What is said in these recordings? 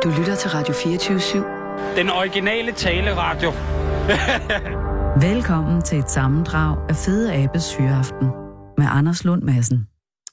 Du lytter til Radio 24/7. Den originale taleradio. Velkommen til et sammendrag af Fede Abes Hyreaften med Anders Lund Madsen.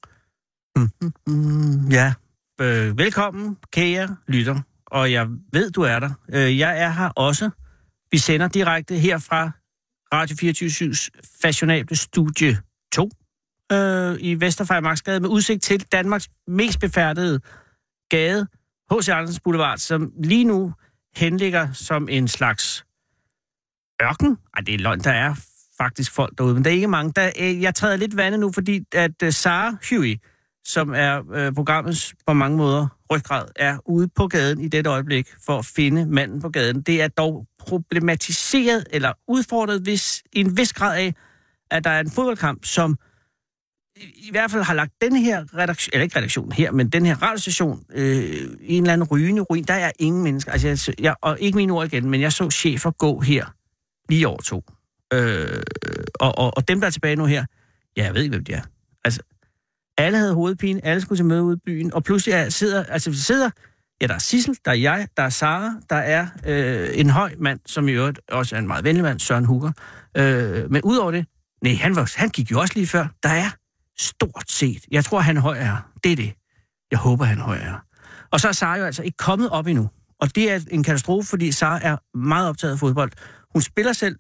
Velkommen, kære lytter. Og jeg ved, du er der. Jeg er her også. Vi sender direkte her fra Radio 24/7's fashionable studie 2 i Vesterfejmarksgade med udsigt til Danmarks mest befærdede gade, H.C. Andersens Boulevard, som lige nu henligger som en slags ørken. Ej, det er løgn, der er faktisk folk derude, men der er ikke mange. Jeg træder lidt vandet nu, fordi at Sarah Huey, som er programmets på mange måder ryggrad, er ude på gaden i dette øjeblik for at finde manden på gaden. Det er dog problematiseret eller udfordret i en vis grad af, at der er en fodboldkamp, som i hvert fald har lagt den her redaktion, eller ikke redaktionen her, men den her radiostation i en eller anden rygende ruin. Der er ingen mennesker. Altså, og ikke mine ord igen, men jeg så chefer gå her lige over 2. Og dem, der er tilbage nu her, ja, jeg ved ikke, hvem de er. Altså, alle havde hovedpine, alle skulle til møde ude i byen, og pludselig sidder, ja, der er Sissel, der er jeg, der er Sarah, der er en høj mand, som i øvrigt også er en meget venlig mand, Søren Hugger. Men udover det, nej, han gik jo også lige før, der er stort set. Jeg tror, han høj er. Det er det. Jeg håber, han høj er. Og så er Sarah jo altså ikke kommet op endnu. Og det er en katastrofe, fordi Sarah er meget optaget af fodbold. Hun spiller selv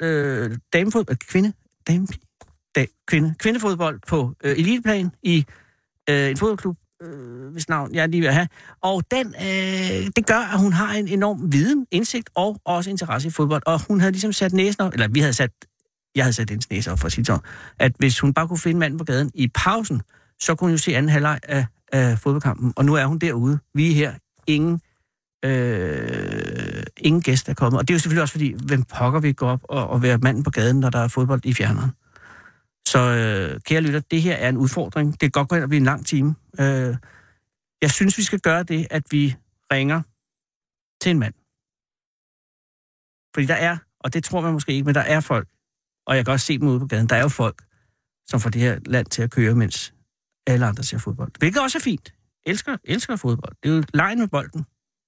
kvindefodbold på eliteplan i en fodboldklub, hvis navn jeg er lige ved at have. Og det gør, at hun har en enorm viden, indsigt og også interesse i fodbold. Og hun havde ligesom sat næsen op, eller jeg havde sat hendes næse op for at sige så, at hvis hun bare kunne finde manden på gaden i pausen, så kunne hun jo se anden halvleg af fodboldkampen. Og nu er hun derude. Vi er her. Ingen gæst er kommet. Og det er jo selvfølgelig også fordi, hvem pokker vi går op og være manden på gaden, når der er fodbold i fjerneren. Så kære lytter, det her er en udfordring. Det kan godt gå hen og blive en lang time. Jeg synes, vi skal gøre det, at vi ringer til en mand. Fordi der er, og det tror man måske ikke, men der er folk, og jeg kan også se dem ude på gaden, der er jo folk, som får det her land til at køre, mens alle andre ser fodbold. Hvilket også er fint. Elsker fodbold. Det er jo legen med bolden.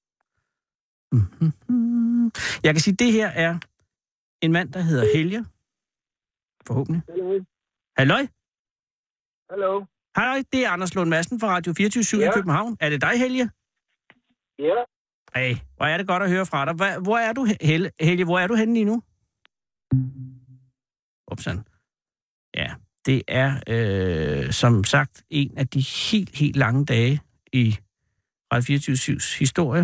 Jeg kan sige, at det her er en mand, der hedder Helge. Forhåbentlig. Halløj. Hallo. Hej, det er Anders Lund Madsen fra Radio 24/7 i København. Er det dig, Helge? Ja. Hey, hvor er det godt at høre fra dig. Hvor er du, Helge? Hvor er du henne lige nu? Upsan. Ja, det er som sagt en af de helt lange dage i Radio 24/7's historie.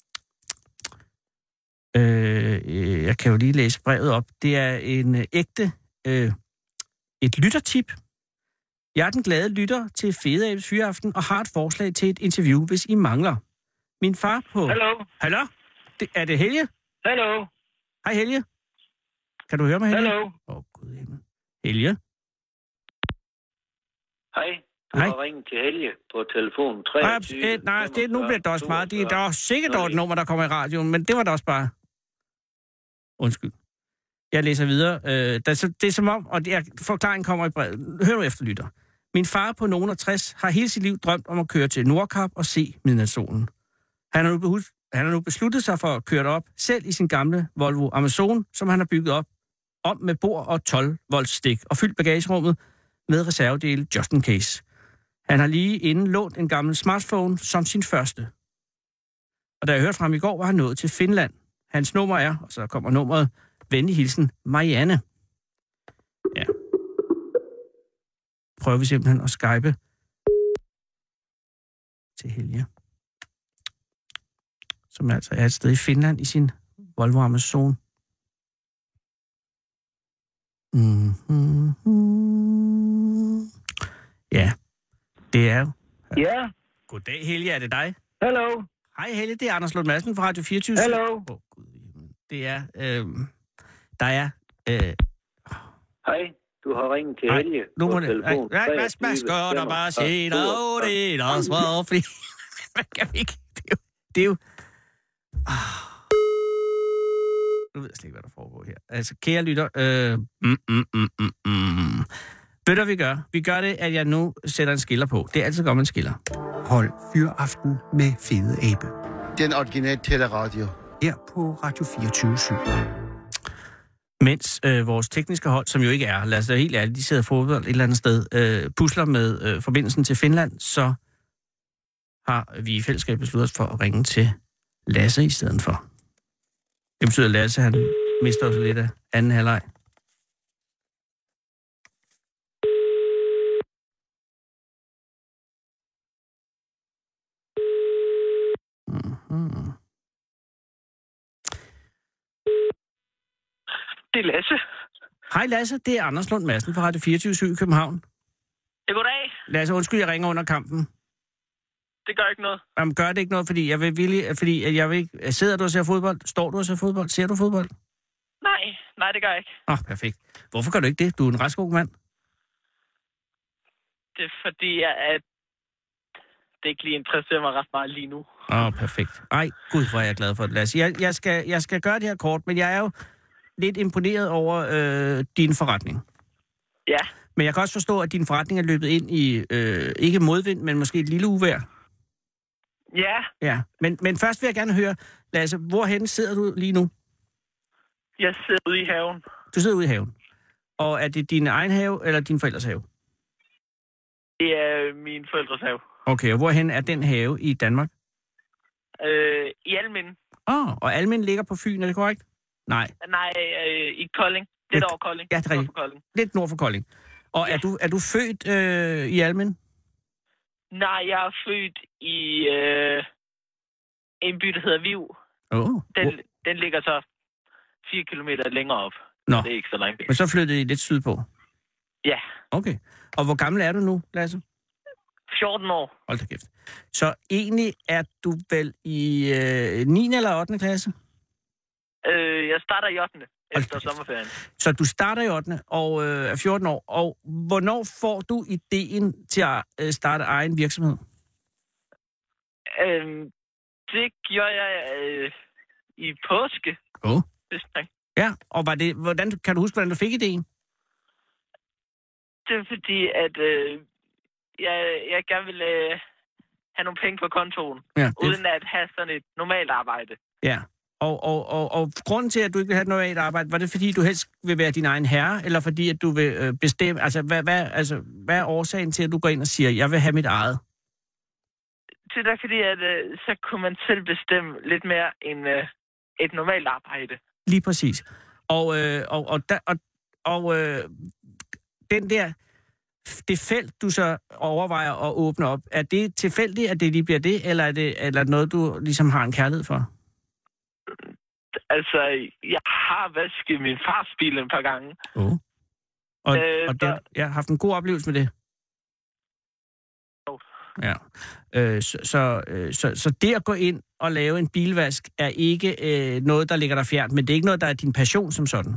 Jeg kan jo lige læse brevet op. Det er en ægte et lyttertip. Jeg er den glade lytter til Fede Abes Hyreaften og har et forslag til et interview, hvis I mangler. Min far på... Hallo? Er det Helge? Hallo? Hej, Helge. Kan du høre mig, Helge? Hallo? Gud himmel. Helge? Hej. Du har ringet til Helge på telefonen 23. Nej, nu bliver det også meget. Der er sikkert et nummer, der kommer i radioen, men det var da også bare... Undskyld. Jeg læser videre. Det er som om, og forklaringen kommer i brevet. Hør nu efter, lytter. Min far på nogen af 60 har hele sit liv drømt om at køre til Nordkap og se midnatssolen. Han har nu besluttet sig for at køre det op, selv i sin gamle Volvo Amazon, som han har bygget op, om med bord og 12 volts stik, og fyldt bagagerummet med reservedele just in case. Han har lige inden lånt en gammel smartphone som sin første. Og da jeg hørte fra ham i går, var han nået til Finland. Hans nummer er, og så kommer nummeret, venlig hilsen, Marianne. Ja. Prøver vi simpelthen at skype til Helge. Som altså er et sted i Finland i sin Volvo Amazon. Ja, det er jo. Ja. Goddag, Helge. Er det dig? Hallo. Hej, Helge. Det er Anders Lund Madsen fra Radio 24. Hallo. Gud. Det er, der er... Hej. Du har ringet til Helge på telefonen 23. Hvad skal der bare sige? Det er også svaret, fordi... Hvad kan vi ikke? Det er jo... Nu ved jeg slet ikke, hvad der foregår her. Altså, kære lytter... Ved du, vi gør? Vi gør det, at jeg nu sætter en skiller på. Det er altid godt, man skiller. Hold Fyraften med Fede Abe. Den originale teleradio. Her på Radio 24/7. Mens vores tekniske hold, som jo ikke er, lad os da helt ærligt, de sidder fodbold et eller andet sted, pusler med forbindelsen til Finland, så har vi i fællesskab besluttet os for at ringe til Lasse i stedet for. Det betyder, at Lasse, han mister også lidt af anden halvleg. Mm-hmm. Det er Lasse. Hej Lasse, det er Anders Lund Madsen fra Radio 24/7 i København. Ja, goddag. Lasse, undskyld, jeg ringer under kampen. Det gør ikke noget. Jamen, gør det ikke noget, fordi jeg vil ikke... Sidder du og ser fodbold? Står du og ser fodbold? Ser du fodbold? Nej, det gør jeg ikke. Perfekt. Hvorfor gør du ikke det? Du er en rask ung mand. Det er fordi, at det ikke lige interesserer mig ret meget lige nu. Perfekt. Ej, gud, hvor er jeg glad for det, Lasse. Jeg skal gøre det her kort, men jeg er jo lidt imponeret over din forretning. Ja. Men jeg kan også forstå, at din forretning er løbet ind i, ikke modvind, men måske et lille uvejr. Ja. Men først vil jeg gerne høre, Lasse, hvorhen sidder du lige nu? Jeg sidder ude i haven. Du sidder ude i haven. Og er det din egen have, eller din forældres have? Det er min forældres have. Okay, og hvorhen er den have i Danmark? I Almind. Og Almind ligger på Fyn, er det korrekt? Nej, i Kolding. Lidt over Kolding. Ja, det er rigtigt. Lidt nord for Kolding. Og ja. Er du født i Almind? Nej, jeg er født i en by, der hedder Viv. Den ligger så 4 kilometer længere op. Nå. Det er ikke så langt. Men så flyttede I lidt sydpå? Ja. Okay. Og hvor gammel er du nu, Lasse? 14 år. Hold da kæft. Så egentlig er du vel i 9. eller 8. klasse? Jeg starter i 8. efter sommerferien. Så du starter i 8. og er 14 år. Og hvornår får du ideen til at starte egen virksomhed? Det gjorde jeg i påske. Ja, og kan du huske, hvordan du fik ideen? Det er fordi, at jeg gerne ville have nogle penge på kontoen, uden at have sådan et normalt arbejde. Ja, og grunden til, at du ikke vil have et normalt arbejde, var det fordi, du helst vil være din egen herre, eller fordi, at du vil bestemme, hvad er årsagen til, at du går ind og siger, jeg vil have mit eget? Det er fordi, at så kunne man selv bestemme lidt mere end et normalt arbejde. Lige præcis. Og det felt, du så overvejer at åbne op, er det tilfældigt, at det lige bliver det, eller er det noget, du ligesom har en kærlighed for? Altså, jeg har vasket min fars bil et par gange. Jeg har haft en god oplevelse med det. Ja. Så det at gå ind og lave en bilvask er ikke noget, der ligger der fjernt, men det er ikke noget, der er din passion som sådan?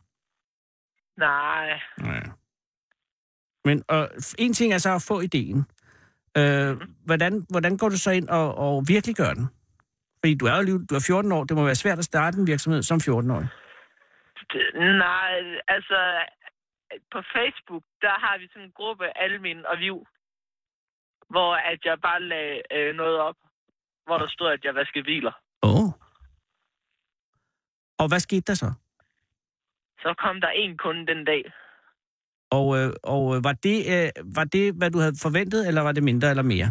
Nej. Men en ting er så at få ideen. Hvordan går du så ind og virkelig gør den? Fordi du er 14 år, det må være svært at starte en virksomhed som 14-årig. Nej, altså på Facebook, der har vi sådan en gruppe, Almind og Viv, hvor at jeg bare lagde noget op, hvor der stod, at jeg vaskede biler. Og hvad skete der så? Så kom der en kunde den dag. Og var det, hvad du havde forventet, eller var det mindre eller mere?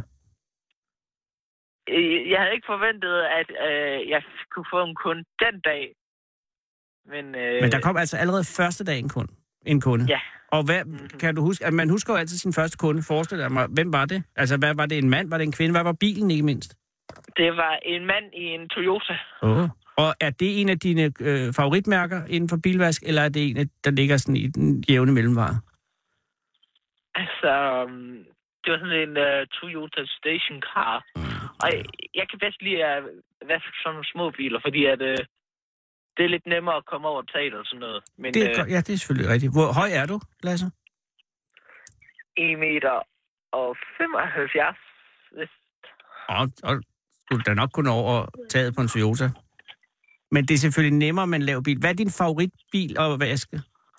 Jeg havde ikke forventet, at jeg kunne få en kunde den dag. Men der kom altså allerede første dag en kunde? Ja. Og kan du huske, at man husker jo altid sin første kunde, forestiller mig. Hvem var det? Altså, var det en mand, var det en kvinde? Hvad var bilen, ikke mindst? Det var en mand i en Toyota. Og er det en af dine favoritmærker inden for bilvask, eller er det en, der ligger sådan i den jævne mellemvare? Altså, det var sådan en Toyota stationcar. Og jeg kan bedst lide at vaske sådan nogle små biler, fordi at det er lidt nemmere at komme over taget og sådan noget. Men, det er det er selvfølgelig rigtigt. Hvor høj er du, Lasse? 1,75 meter. Og du da nok kun over taget på en Toyota. Men det er selvfølgelig nemmere med en lav bil. Hvad er din favoritbil at vaske?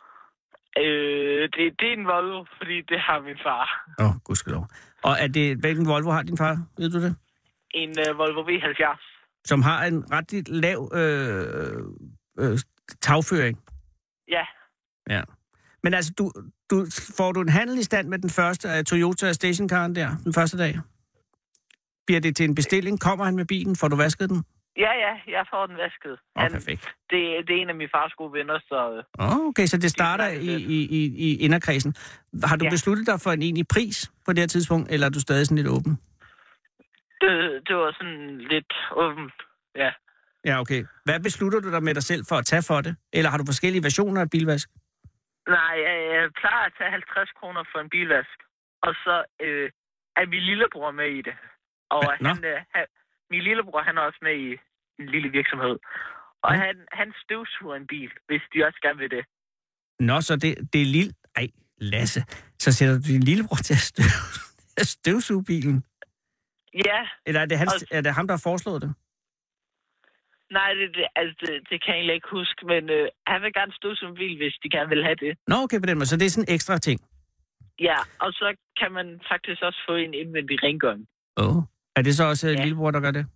Det er en Volvo, fordi det har min far. Gudskelov. Og hvilken Volvo har din far? Ved du det? En Volvo V70. som har en ret lav tagføring. Ja. Ja. Men altså, får du en handel i stand med den første af Toyota stationcaren der, den første dag? Bliver det til en bestilling? Kommer han med bilen? Får du vasket den? Ja, jeg får den vasket. Perfekt. Det er en af mine fars gode venner, så... Okay, så det starter i inderkredsen. Har du besluttet dig for en egentlig pris på det her tidspunkt, eller er du stadig sådan lidt åben? Det var sådan lidt åbent, ja. Ja, okay. Hvad beslutter du dig med dig selv for at tage for det? Eller har du forskellige versioner af bilvask? Nej, jeg plejer at tage 50 kroner for en bilvask. Og så er min lillebror med i det. Og min lillebror, han er også med i en lille virksomhed. Og han støvsuger en bil, hvis de også gerne vil det. Nå, så det er lille... Ej, Lasse. Så sætter du din lillebror til at støvsuge bilen? Ja. Eller er det ham, der har foreslået det? Nej, det kan jeg egentlig ikke huske, men han vil gerne støvsuge en bil, hvis de gerne vil have det. Nå, okay, på den måde. Så det er sådan en ekstra ting? Ja, og så kan man faktisk også få en indvendig rengøring. Er det så også lillebror, der gør det?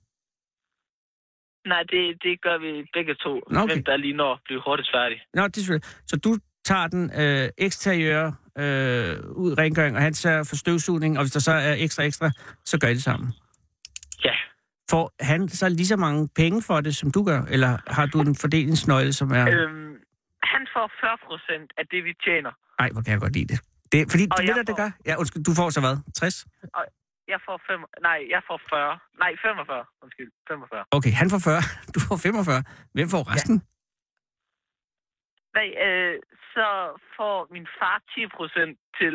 Nej, det gør vi begge to. Okay. Hvem der lige når at blive hurtigt færdig. Nå, det er selvfølgelig. Så du tager den eksteriøre ud rengøring, og han sørger for støvsugning, og hvis der så er ekstra, så gør I det sammen? Ja. Får han så lige så mange penge for det, som du gør? Eller har du en fordelingsnøgle, som er... Han får 40% af det, vi tjener. Nej, hvor kan jeg godt lide det. Fordi du ved, det gør? Ja, undskyld, du får så hvad? 60? Jeg får 40. Nej, 45. Undskyld, 45. Okay, han får 40. Du får 45. Hvem får resten? Ja. Nej, så får min far 10% til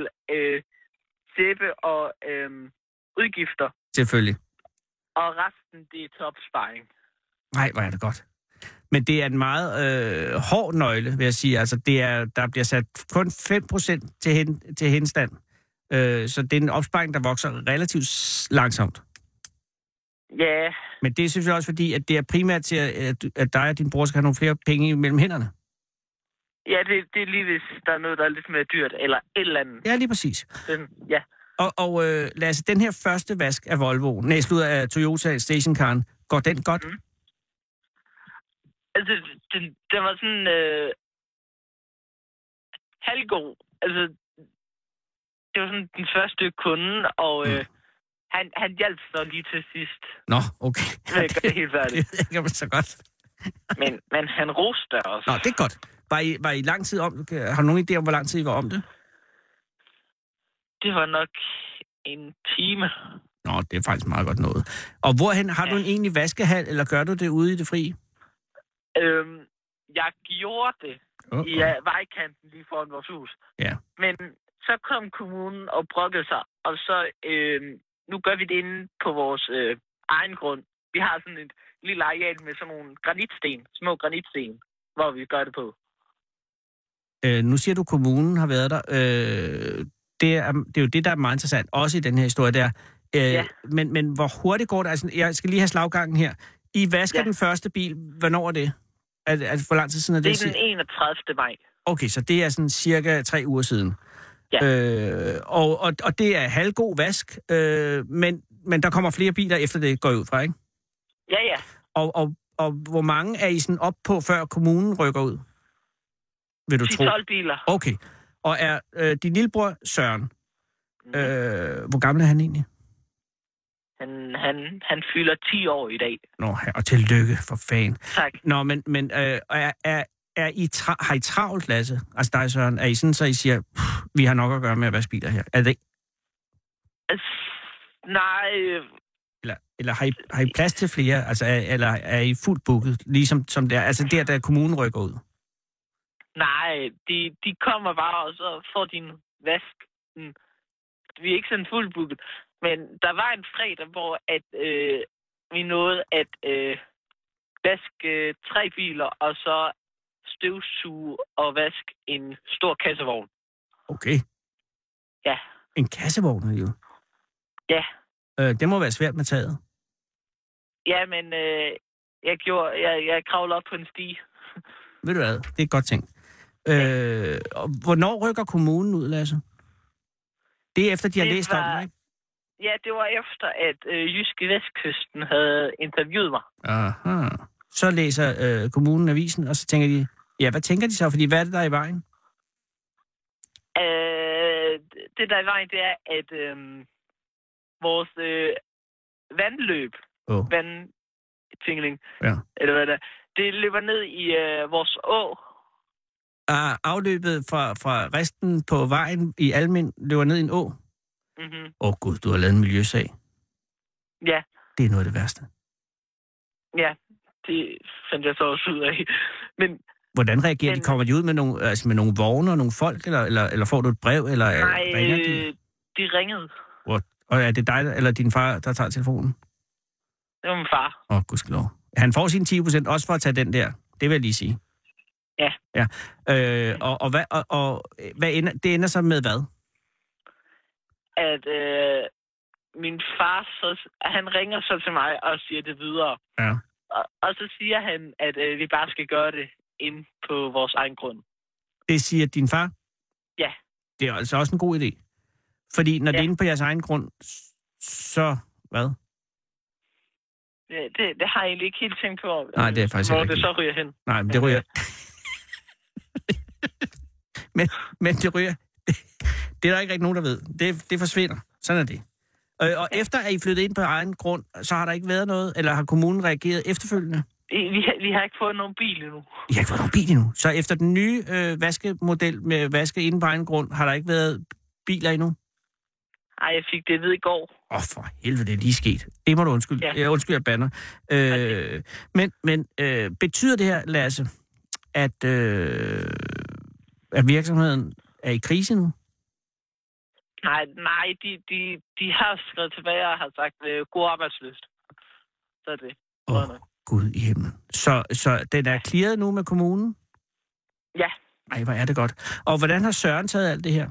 sæbe og udgifter. Selvfølgelig. Og resten, det er til opsparing. Nej, hvor er det godt. Men det er en meget hård nøgle, vil jeg sige. Altså, der bliver sat kun 5% til henstand. Så det er en opsparing, der vokser relativt langsomt. Ja. Men det er selvfølgelig også fordi, at det er primært til, at dig og din bror skal have nogle flere penge mellem hænderne. Ja, det er lige hvis der er noget, der er lidt mere dyrt, eller et eller andet. Ja, lige præcis. Ja. Og Lasse, den her første vask af Volvoen, af Toyota stationcaren, går den godt? Mm. Altså, det var sådan halvgod. Altså, det var sådan den første kunde, og han hjalp så lige til sidst. Nå, okay. Det er helt færdigt. Det kan man så godt. men han roste også. Nå, det er godt. Var I lang tid om det? Har du nogen idé om, hvor lang tid I var om det? Det var nok en time. Nå, det er faktisk meget godt noget. Og hvorhen har du en egentlig vaskehal, eller gør du det ude i det frie? Jeg gjorde det i vejkanten lige foran vores hus. Ja. Men så kom kommunen og brokkede sig, og så nu gør vi det inde på vores egen grund. Vi har sådan et lille areal med sådan nogle små granitsten, hvor vi gør det på. Nu siger du, at kommunen har været der. Det er jo det, der er meget interessant, også i den her historie der. Ja. Men hvor hurtigt går det? Altså, jeg skal lige have slaggangen her. I vasker den første bil. Hvornår er det? Altså, hvor lang tid siden er det? Det er den 31. maj. Okay, så det er sådan cirka 3 uger siden. Ja. Og det er halvgod vask, men der kommer flere biler, efter det går ud fra, ikke? Ja, ja. Og hvor mange er I sådan op på, før kommunen rykker ud? Vil du tro? 12 biler. Okay. Og er din lillebror Søren, hvor gammel er han egentlig? Han fylder 10 år i dag. Nå, og tillykke for fan. Tak. Nå, men har I travlt, Lasse? Altså dig, Søren, er I sådan, så I siger, vi har nok at gøre med at vaske biler her? Er det ikke? Nej. Eller har I plads til flere? Altså, eller er I fuldt booket, ligesom som det er? Altså der kommunen rykker ud? Nej, de kommer bare, og så får de en vask. Vi er ikke sådan fuldt booket. Men der var en fredag, hvor vi nåede at vaske 3 biler, og så støvsuge og vaske en stor kassevogn. Okay. Ja. En kassevogn, jo? Ja. Det må være svært med taget. Ja, men jeg kravler op på en stige. Ved du hvad? Det er et godt ting. Hvornår rykker kommunen ud, Lasse? Det er efter, de har læst om det, ikke? Ja, det var efter, at Jyske Vestkysten havde interviewet mig. Aha. Så læser kommunen avisen, og så tænker de, ja, hvad tænker de så? Fordi hvad er det, der er i vejen? Det, der er i vejen, det er, at vores vandløb, vandtingling, eller hvad det er, det løber ned i vores å. Afløbet fra resten på vejen i Almind løber ned i en å? Mhm. Gud, du har lavet en miljøsag. Ja. Det er noget af det værste. Ja, det fandt jeg så også ud af. Men hvordan reagerer de? Kommer de ud med nogle vogne og nogle folk, eller får du et brev, eller ringer de? De ringede. Og er det dig, eller din far, der tager telefonen? Det var min far. Gudskelov. Han får sine 10% også for at tage den der. Det vil jeg lige sige. Ja. Hvad det ender så med hvad? At min far, han ringer så til mig og siger det videre. Ja. Og så siger han, at vi bare skal gøre det inde på vores egen grund. Det siger din far? Ja. Det er altså også en god idé. Fordi når det er inde på jeres egen grund, så hvad? Det har jeg egentlig ikke helt tænkt på. Nej, det er faktisk hvor det så ryger hen. Nej, men det ryger... men det ryger... Det er der ikke rigtig nogen, der ved. Det forsvinder. Sådan er det. Og efter at I flyttet ind på egen grund, så har der ikke været noget, eller har kommunen reageret efterfølgende? Vi har ikke fået nogen bil endnu. I har ikke fået nogen bil endnu? Så efter den nye vaskemodel med vaske inde på egen grund, har der ikke været biler endnu? Nej, jeg fik det at vide i går. For helvede, det er lige sket. Det må du undskylde. Ja. Jeg bander. Men betyder det her, Lasse, at virksomheden er i krise nu? Nej, de har skrevet tilbage og har sagt, god arbejdsløst. Så er det. Gud i himlen. Så den er clearet nu med kommunen? Ja. Ej, hvor er det godt. Og hvordan har Søren taget alt det her?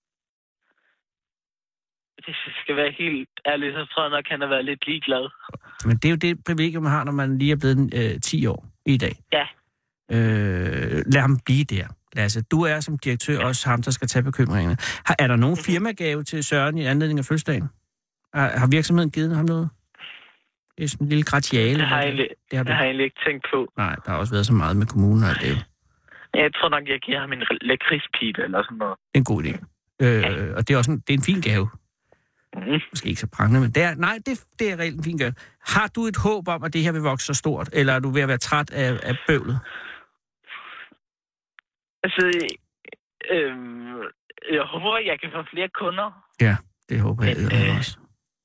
Det skal være helt ærligt, så tror jeg nok, han har været lidt ligeglad. Men det er jo det privilegium, man har, når man lige er blevet 10 år i dag. Ja. Lad ham blive der, Lasse. Du er som direktør også ham, der skal tage bekymringerne. Er der nogen firmagave til Søren i anledning af fødselsdagen? Har virksomheden givet ham noget? Det er sådan en lille gratiale. Det har jeg egentlig ikke tænkt på. Nej, der har også været så meget med kommunen og det. Jeg tror nok, jeg giver ham en lakridspibe eller sådan noget. En god idé. Og det er også det er en fin gave. Måske ikke så prangende, men det er reelt en fin gave. Har du et håb om, at det her vil vokse så stort, eller er du ved at være træt af bøvlet? Altså, jeg håber, jeg kan få flere kunder. Ja, det håber jeg også.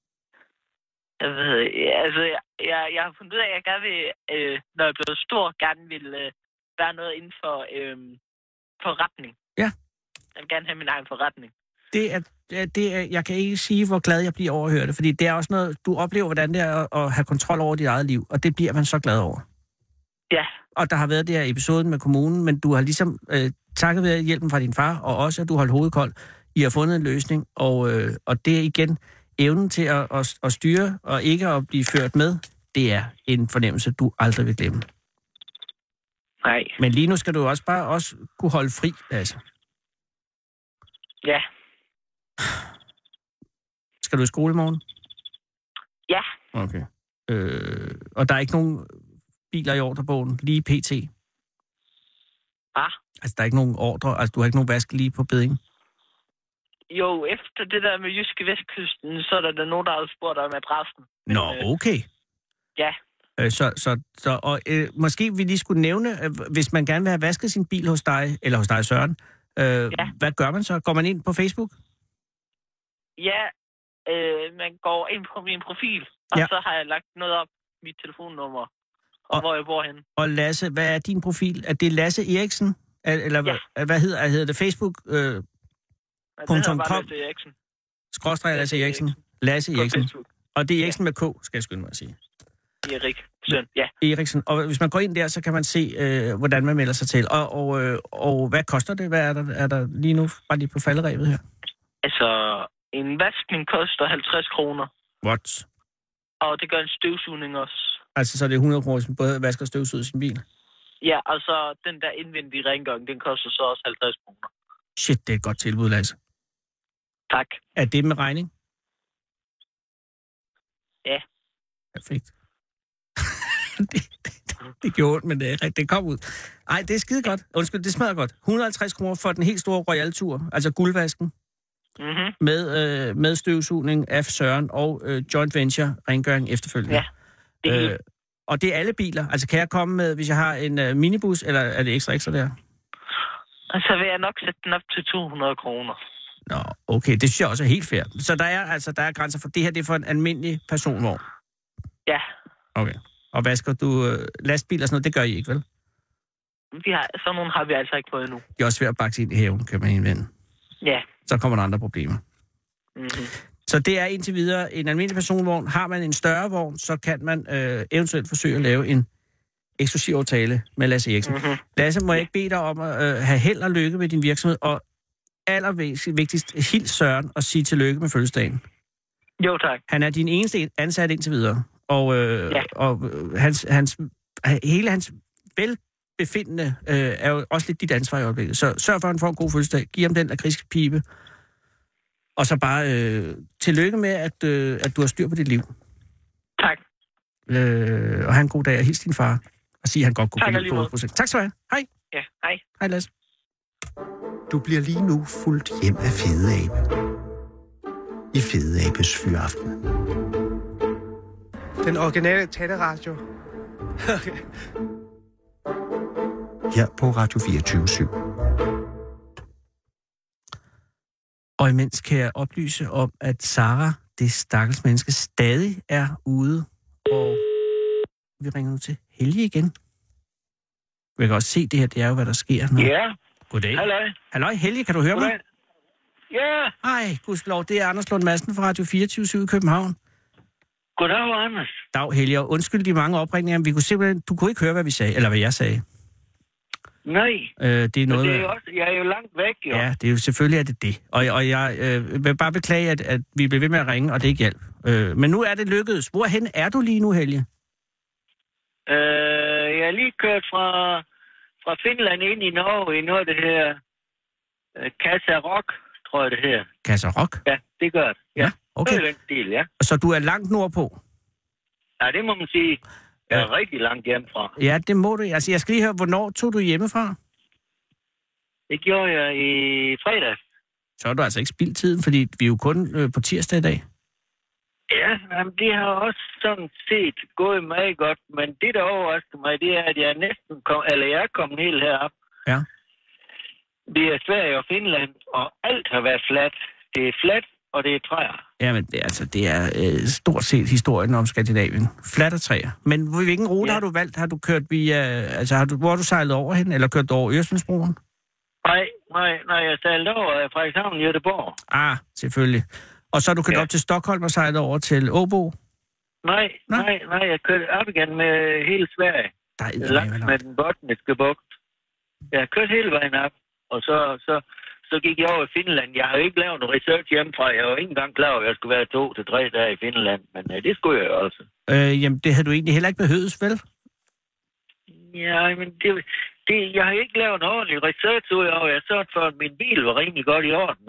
Jeg har fundet ud af, at jeg gerne vil, når jeg bliver stor, gerne vil være noget inden for forretning. Ja. Jeg vil gerne have min egen forretning. Jeg kan ikke sige, hvor glad jeg bliver over at høre det, fordi det er også noget, du oplever, hvordan det er at have kontrol over dit eget liv, og det bliver man så glad over. Ja. Og der har været det her episoden med kommunen, men du har ligesom takket ved hjælpen fra din far, og også at du holdt hovedet koldt, I har fundet en løsning, og det er igen evnen til at styre og ikke at blive ført med, det er en fornemmelse, du aldrig vil glemme. Nej. Men lige nu skal du også bare kunne holde fri, altså. Ja. Skal du i skole i morgen? Ja. Okay. Og der er ikke nogen biler i ordrebogen lige pt? Hvad? Altså, der er ikke nogen ordre, altså du har ikke nogen vask lige på bedding? Jo, efter det der med Jyske Vestkysten, så er der nogen, der har spurgt om adressen. Nå, okay. Ja. Måske vi lige skulle nævne, hvis man gerne vil have vasket sin bil hos dig, eller hos dig, Søren, hvad gør man så? Går man ind på Facebook? Ja, man går ind på min profil, og så har jeg lagt noget op, mit telefonnummer, og hvor jeg bor henne. Og Lasse, hvad er din profil? Er det Lasse Eriksen? Eller hvad hedder det? Facebook? .com / Lasse Eriksen. Lasse Eriksen. Og det er Eriksen med K, skal jeg skynde mig at sige. Erik Søn, ja. Eriksen. Og hvis man går ind der, så kan man se, hvordan man melder sig til. Og hvad koster det? Hvad er der lige nu, bare lige på falderevet her? Altså, en vaskning koster 50 kroner. What? Og det gør en støvsugning også. Altså, så er det 100 kroner, hvis man både vasker og støvsuger sin bil? Ja, og så den der indvendige rengøring, den koster så også 50 kroner. Shit, det er et godt tilbud, Lasse. Tak. Er det med regning? Ja. Perfekt. det gjorde ondt, men det kom ud. Ej, det er skide godt. Undskyld, det smager godt. 150 kroner for den helt store Royal-tur, altså guldvasken. Mm-hmm. Med støvsugning af Søren og joint venture rengøring efterfølgende. Ja. Og det er alle biler. Altså kan jeg komme med, hvis jeg har en minibus, eller er det ekstra der? Og så vil jeg nok sætte den op til 200 kroner. Nå, okay, det synes jeg også er helt fair. Så der er grænser for det her, det er for en almindelig personvogn? Ja. Okay. Og vasker du lastbiler og sådan noget, det gør I ikke, vel? Sådan nogle har vi altså ikke prøvet endnu. Det er også svært at bakke ind i haven, kan man indvende. Ja. Så kommer der andre problemer. Mm-hmm. Så det er indtil videre en almindelig personvogn. Har man en større vogn, så kan man eventuelt forsøge at lave en eksklusiv aftale med Lasse Eriksen. Mm-hmm. Lasse, må jeg ikke bede dig om at have held og lykke med din virksomhed, og allervigtigst, hils Søren og sige tillykke med fødselsdagen. Jo, tak. Han er din eneste ansat indtil videre, og hele hans velbefindende er jo også lidt dit ansvar i øjeblikket. Så sørg for, at han får en god fødselsdag. Giv ham den lakridspibe. Og så bare tillykke med, at du har styr på dit liv. Tak. Og have en god dag, og hils din far. Og sige, at han godt kunne komme ind på projektet. Tak skal du have. Hej. Ja, hej. Hej, Lasse. Du bliver lige nu fuldt hjem af Fede Abe. I Fede Abes Fyraften. Den originale taleradio. Okay. Her på Radio 24/7. Og imens kan jeg oplyse om, at Sara, det stakkels menneske, stadig er ude. Og vi ringer nu til Helge igen. Vi kan også se det her, det er jo, hvad der sker. Ja. Goddag. Halløj, Helge, kan du høre mig? Ja. Hej, gudskelov, det er Anders Lund Madsen fra Radio 24/7 i København. Goddag, Anders. Dag, Helge, og undskyld de mange opringninger. Du kunne ikke høre, hvad vi sagde, eller hvad jeg sagde. Nej, det er noget, det er også, jeg er jo langt væk, jo. Ja, det er jo selvfølgelig er det. Og jeg vil bare beklage, at vi blev ved med at ringe, og det ikke hjalp. Men nu er det lykkedes. Hvorhen er du lige nu, Helge? Jeg er lige kørt fra Finland ind i Norge i noget af det her Kasarok, tror jeg det her. Kasarok? Ja, det gør det. Ja, okay. Det er den stil, ja. Så du er langt nordpå? Ja, det må man sige. Jeg er rigtig langt hjemmefra. Ja, det må du. Altså, jeg skal lige høre, hvornår tog du hjemmefra? Det gjorde jeg i fredag. Så har du altså ikke spildt tiden, fordi vi er jo kun på tirsdag i dag. Ja, jamen, det har også sådan set gået meget godt, men det, der overrasker mig, det er, at jeg næsten jeg er kommet helt herop. Ja. Det er Sverige og Finland, og alt har været fladt. Det er fladt, og det er træer. Jamen, det er stort set historien om Skandinavien. Fladt og træer. Men hvilken rute har du valgt? Har du kørt via... Altså, hvor har du sejlet over hen, eller kørt over Øresundsbroen? Nej, jeg sejlede over Frederikshavn i Göteborg. Ah, selvfølgelig. Og så har du kørt op til Stockholm og sejlet over til Åbo? Nej, jeg kørte op igen med hele Sverige. Langt med den botniske bugt. Jeg har kørt hele vejen op, og så gik jeg over i Finland. Jeg har jo ikke lavet noget research hjemmefra. Jeg var ikke engang klar over, at jeg skulle være 2 til 3 dage i Finland, men det skulle jeg jo også. Jamen, det havde du egentlig heller ikke behøvet, vel? Ja, men jeg har ikke lavet en ordentlig research ud over. Jeg sørgede for, at min bil var rimelig godt i orden,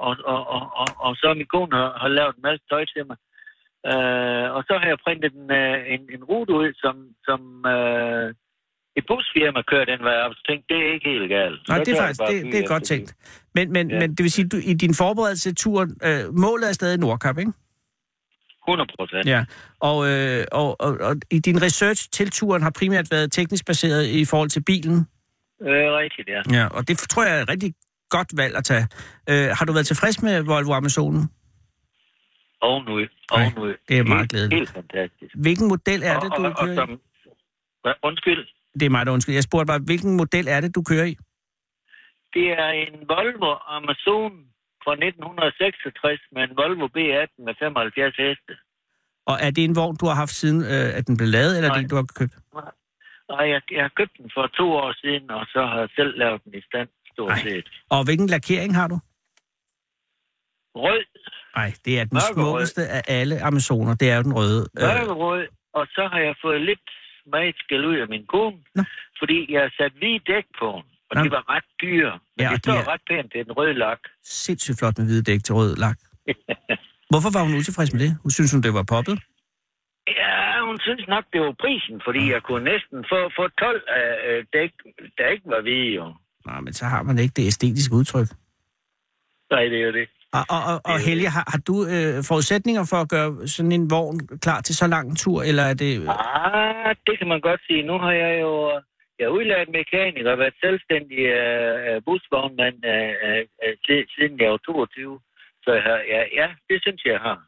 og så min kone har lavet en masse tøj til mig. Og så har jeg printet en rute ud, som et busfirma kører den vej op. Så tænkte, det er ikke helt galt. Nej, det er faktisk det er godt tænkt. Men det vil sige, at i din forberedelse til turen, målet er stadig Nordkap, ikke? 100%. Ja, og i din research til turen har primært været teknisk baseret i forhold til bilen? Rigtigt, ja. Ja, og det tror jeg er et rigtig godt valg at tage. Har du været tilfreds med Volvo Amazonen? Ovenud. Det er meget glædeligt. Helt fantastisk. Hvilken model er det, du kører i? Undskyld? Det er mig, der undskyld. Jeg spurgte bare, hvilken model er det, du kører i? Det er en Volvo Amazon fra 1966 med en Volvo B18 med 75 heste. Og er det en vogn, du har haft siden, at den blev lavet, eller er det en, du har købt? Nej, jeg har købt den for 2 år siden, og så har jeg selv lavet den i stand, stort set. Og hvilken lakering har du? Rød. Nej, det er den smukkeste af alle Amazoner. Det er jo den røde. Mørkerød, og så har jeg fået lidt meget skæld ud af min kone, fordi jeg har sat hvide dæk på den, og de var ret dyre. Men det står ret pænt til den røde lak. Sindssygt flot med hvide dæk til rød lak. Hvorfor var hun utilfreds med det? Synes hun, det var poppet? Ja, hun synes nok, det var prisen, fordi jeg kunne næsten få 12 af dæk, der ikke var hvide, jo. Nej, men så har man ikke det æstetiske udtryk. Nej, det er jo det. Og Helge, har du forudsætninger for at gøre sådan en vogn klar til så lang en tur, eller er det... Det kan man godt sige. Nu har jeg jo... Jeg er udlært mekaniker og været selvstændig busvognmand siden jeg var 22. Så ja, det synes jeg har.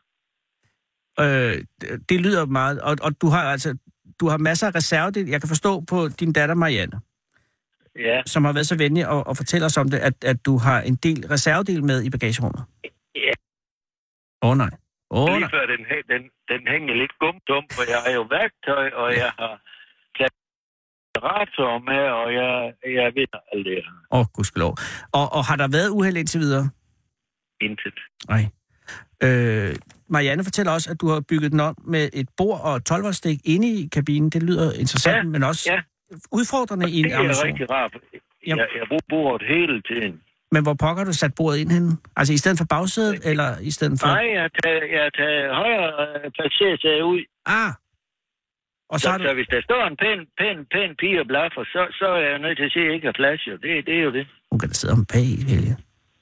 Det lyder meget... Og du har masser af reservedel. Jeg kan forstå på din datter Marianne, som har været så venlig at fortælle os om det, at du har en del reservedel med i bagagerummet. Ja. Nej. Lige før den hænger lidt gumdum, for jeg har jo værktøj, og jeg har generator med, og jeg ved alt det her. Gudskelov. Og har der været uheld indtil videre? Intet. Nej. Marianne fortæller også, at du har bygget den om med et bord og 12-voltstik inde i kabinen. Det lyder interessant, men også udfordrende i en Amazon. Det er rigtig rart. Jeg bruger bordet hele tiden. Men hvor pokker du sat bordet ind henne? Altså i stedet for bagsædet, eller i stedet for... Nej, jeg tager højre placersæde ud. Og så hvis der står en pæn pige og blaffer, så er jeg nødt til at se, at jeg ikke har plads, jo. Det er jo det. Hun kan da sidde om bag, Helge.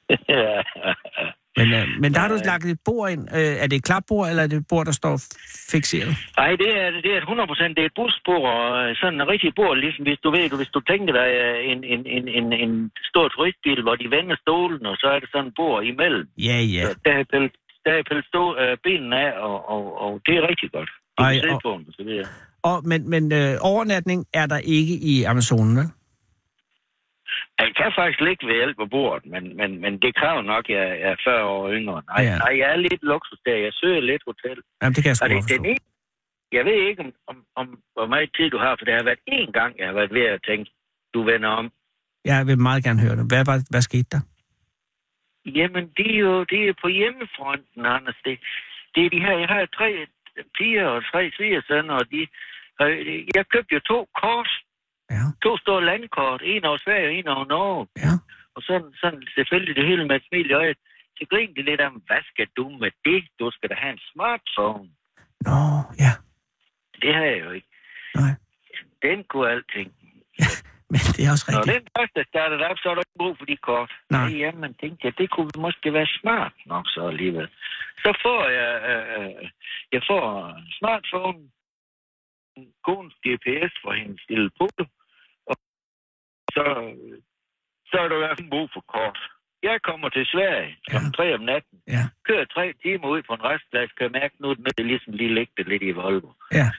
Men der har du lagt et bord ind. Er det et klapbord, eller er det et bord, der står fikseret? Nej, det er 100%. Det er et busbord, sådan en rigtig bord, ligesom hvis du tænker dig en stor turistbil, hvor de vender stolen, og så er det sådan et bord imellem. Ja. Så der er pillet benene af, og det er rigtig godt. Men overnatning er der ikke i Amazonen, vel? Jeg kan faktisk ligge ved hjælp af bordet, men det kræver nok, at jeg er 40 år yngre. Nej, jeg er lidt luksus der. Jeg søger lidt hotel. Jamen, det kan jeg sgu godt forstå. Jeg ved ikke, om hvor meget tid du har, for det har været én gang, jeg har været ved at tænke, du vender om. Jeg vil meget gerne høre det. Hvad skete der? Jamen, det er på hjemmefronten, Anders. Det er de her, jeg har 3 piger og 3 svigersønner, og jeg købte jo 2 kort. Ja. 2 store landkort, en over Sverige og en over Norge. Ja. Og sådan selvfølgelig det hele med et smil i øjet. Så griner de lidt om, hvad skal du med det? Du skal da have en smartphone. Nå, ja. Det har jeg jo ikke. Nej. Den kunne alting. Ja, men det er også rigtigt. Når den første startede op, så er der ikke brug for de kort. Nej. Jamen, tænkte jeg, det kunne måske være smart nok så alligevel. Så får jeg får smartphone, konens GPS for hendes lille pole, og så er der i hvert fald brug for kort. Jeg kommer til Sverige kl. 3 om natten, kører 3 timer ud på en restplads, kan jeg mærke, nu er det ligesom lige ligge lidt i Volvo. Ja.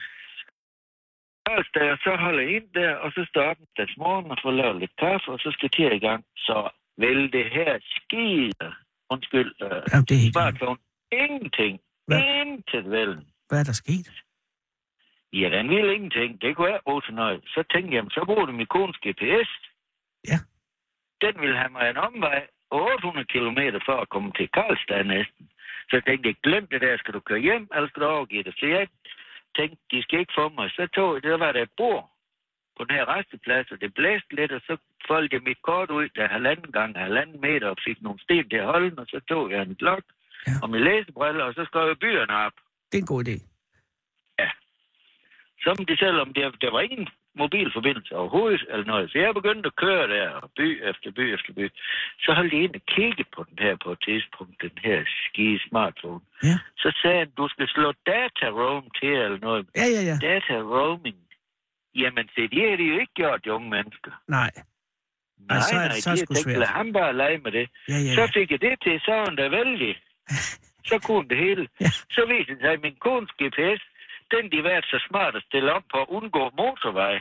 Så holder jeg ind der, og så står op en morgen og får lavet lidt kaffe, og så skal jeg i gang. Så vil det her skide, smartphone, ingenting. Intet vel. Hvad er der sket? Ja, den ville ingenting. Det kunne jeg bruge til noget. Så tænkte jeg, så bruger du min kones GPS. Ja. Den ville have mig en omvej 800 kilometer for at komme til Karlstad næsten. Så jeg tænkte, glem det der, skal du køre hjem, eller skal du overgive det? Så jeg tænkte, de skal ikke få mig. Så der var der et bord på den her resteplads, og det blæste lidt, og så foldede jeg mit kort ud, der 1,5 meter, og fik nogle sten til at holde, og så tog jeg en blok og min læsebriller, og så skrev jeg byerne op. Det er en god idé. Ja. Som de selvom der var ingen mobilforbindelse overhovedet, eller noget. Så jeg begyndte at køre der, og by efter by efter by. Så holdt jeg ind og kiggede på den her på et tidspunkt, den her skide smartphone. Ja. Så sagde han, du skal slå data roam til, eller noget. Ja. Data roaming. Jamen, det har de jo ikke gjort, de unge mennesker. Nej. Nej, de har tænkt, lad ham bare lege med det. Ja. Så fik jeg det til, så var han da vældig. Så kunne det hele. Ja. Så viste det sig, at min kones GPS, den de været så smart at stille op på at undgå motorvej.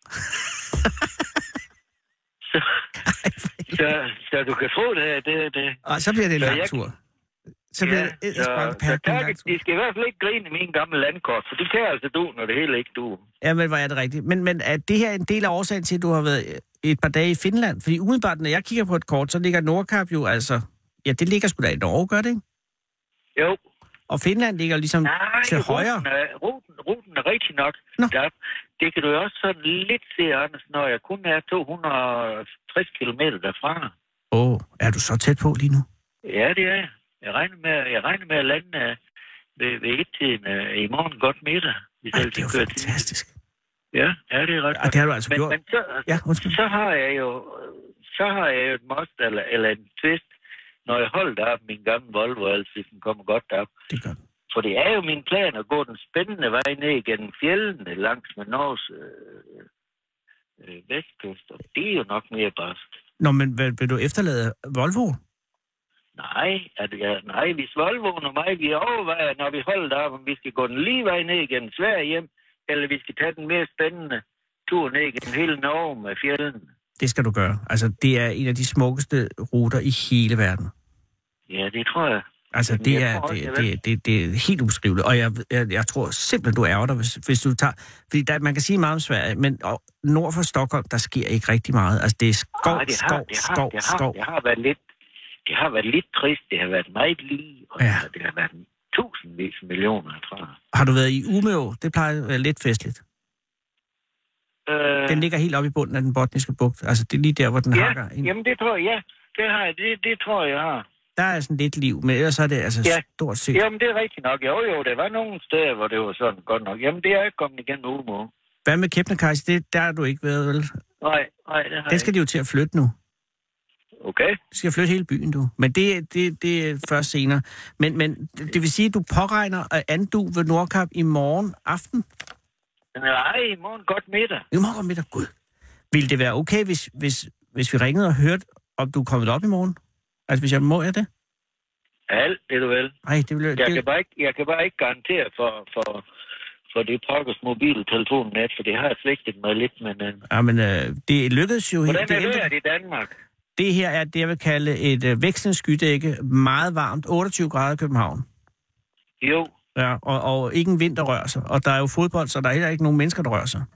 så du kan tro det her, det. Og så bliver det en lang tur. Så bliver de skal i hvert fald ikke grine i min gamle landkort, for det kan altså du, når det hele ikke du. Ja, men hvor er det rigtigt. Men er det her en del af årsagen til, at du har været et par dage i Finland? Fordi umiddelbart, når jeg kigger på et kort, så ligger Nordkap jo altså... Ja, det ligger sgu da i Norge, gør det ikke? Jo. Og Finland ligger ligesom til højre. Ruten er rigtig nok. Det kan du jo også sådan lidt se, Anders, når jeg kun er 260 kilometer derfra. Er du så tæt på lige nu? Ja, det er jeg. Jeg regner med at lande ved 1-tiden i morgen godt middag. Ej, det er jo fantastisk. Ja, det er ret. Og det har du altså gjort. Men så har jeg jo et must eller en twist, når jeg holder op min gamle Volvo, altså den kommer godt op. Det gør den. For det er jo min plan at gå den spændende vej ned gennem fjellene langs med Norges vestkyst, og det er jo nok mere barsk. Nå, men vil du efterlade Volvo? Nej, hvis Volvoen og mig, vi overvejer, når vi holder op, om vi skal gå den lige vej ned gennem Sverige hjem, eller vi skal tage den mere spændende tur ned gennem hele Norge med fjellene. Det skal du gøre. Altså, det er en af de smukkeste ruter i hele verden. Ja, det tror jeg. Altså, det er helt ubeskriveligt, og jeg tror simpelthen, du ærger dig, hvis du tager... Fordi man kan sige meget om Sverige, men nord for Stockholm, der sker ikke rigtig meget. Altså, det er skov. Det har været lidt trist, det har været meget lige, og det har været tusindvis af millioner, tror jeg. Har du været i Umeå? Det plejer at være lidt festligt. Den ligger helt oppe i bunden af den botniske bugt. Altså, det er lige der, hvor den hakker ind. Jamen, det tror jeg, det tror jeg har. Der er sådan lidt liv, men ellers er det altså stort set... Jamen, det er rigtigt nok. Jo, der var nogle steder, hvor det var sådan godt nok. Jamen, det er ikke kommet igen Umeå. Hvad med Kebnekaise? Der har du ikke været, vel? Nej, det har jeg. Den skal de jo til at flytte nu. Okay. De skal flytte hele byen, du. Men det er først senere. Men det vil sige, at du påregner at andu ved Nordkap i morgen aften? Nej, i morgen godt middag. I morgen godt middag? Gud. Ville det være okay, hvis vi ringede og hørte, om du er kommet op i morgen? Altså, hvis jeg må det? Alt det du vil. Ej, det vil jeg kan bare ikke garantere for det pokkers mobile telefonnet, for det har jeg svægtet mig lidt, men... Ja, men det lykkedes jo... Hvordan er det i Danmark? Det her er det, jeg vil kalde et vekslende skydække. Meget varmt. 28 grader i København. Jo. Ja, og ikke en vind, der rører sig. Og der er jo fodbold, så der er heller ikke nogen mennesker, der rører sig.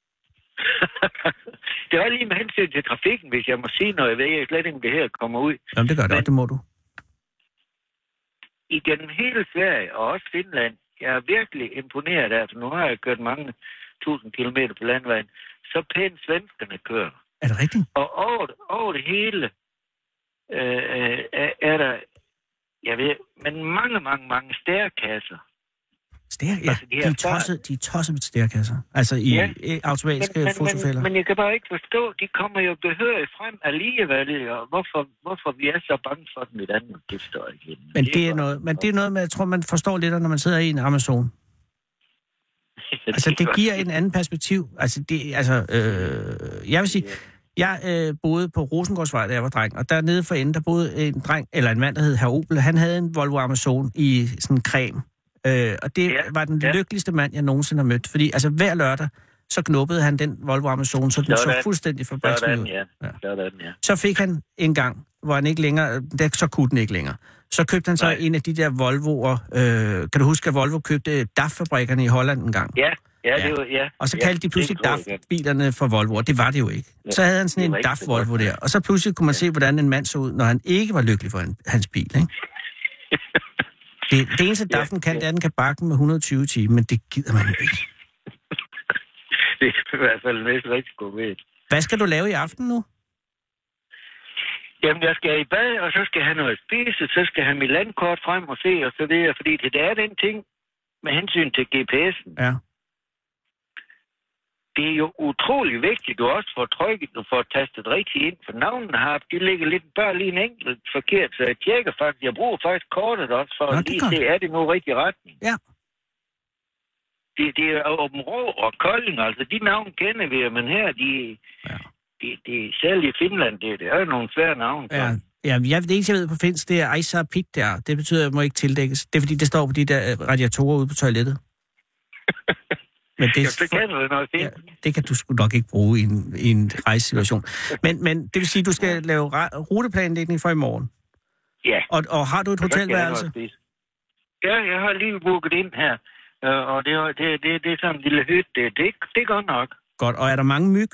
Det er lige med hensyn til trafikken, hvis jeg må sige noget. Jeg ved ikke slet ikke, om det her kommer ud. Jamen, det gør det, og det må du. Igennem hele Sverige, og også Finland, jeg er virkelig imponeret af, for nu har jeg kørt mange 1000 kilometer på landvejen, så pænt svenskerne kører. Er det rigtigt? Og over det hele er der, jeg ved, men mange stærekasser. Ja, altså, de er tosset med stærekasser. Altså i automatiske fotofælder. Men jeg kan bare ikke forstå, de kommer jo behørigt frem alligevel, og hvorfor vi er så bange for dem i Danmark, det står ikke. Men det er noget med, jeg tror, man forstår lidt, når man sidder i en Amazon. Altså, det giver en anden perspektiv. Altså, jeg vil sige, jeg boede på Rosengårdsvej, da jeg var dreng, og dernede for enden, der boede en mand, der hed Herr Opel. Han havde en Volvo Amazon i sådan en creme. Og det var den lykkeligste mand, jeg nogensinde har mødt. Fordi altså, hver lørdag, så knuppede han den Volvo Amazon, så den så fuldstændig fabriksmød ud. Så fik han en gang, hvor han ikke længere, så kunne den ikke længere. Så købte han så en af de der Volvoer. Kan du huske, at Volvo købte DAF-fabrikkerne i Holland en gang? Ja. Og så kaldte de pludselig DAF-bilerne for Volvoer. Det var det jo ikke. Så havde han sådan en DAF-Volvo der. Og så pludselig kunne man se, hvordan en mand så ud, når han ikke var lykkelig for hans bil, ikke? Det eneste DAF'en kan, det er, at den kan bakke med 120 timer, men det gider man jo ikke. Det er i hvert fald en næsten rigtig god ved. Hvad skal du lave i aften nu? Jamen, jeg skal i bad, og så skal jeg have noget at spise, så skal jeg have mit landkort frem og se, og så videre, fordi det er den ting med hensyn til GPS'en. Ja. Det er jo utrolig vigtigt, du også får trykket, du får tastet rigtigt ind, for navnene har, de ligger lidt bare lige en enkelt forkert, så jeg tjekker faktisk, jeg bruger faktisk kortet også for at lige se, er det nu rigtig retning? Ja. Det er Åben Rå og Kolding, altså de navne kender vi, men her, de selv i Finland, det er jo nogle svære navne. Ja, det eneste, jeg ved på finsk, det er Aisa Pit der. Det betyder, at jeg må ikke tildækkes. Det er, fordi det står på de der radiatorer ude på toilettet. Men det kan du sgu nok ikke bruge i en rejsesituation. Men det vil sige, at du skal lave ruteplanlægning for i morgen? Ja. Og har du et hotelværelse? Ja, jeg har lige booket ind her. Og det er sådan en lille hytte. Det er godt nok. Godt. Og er der mange myg?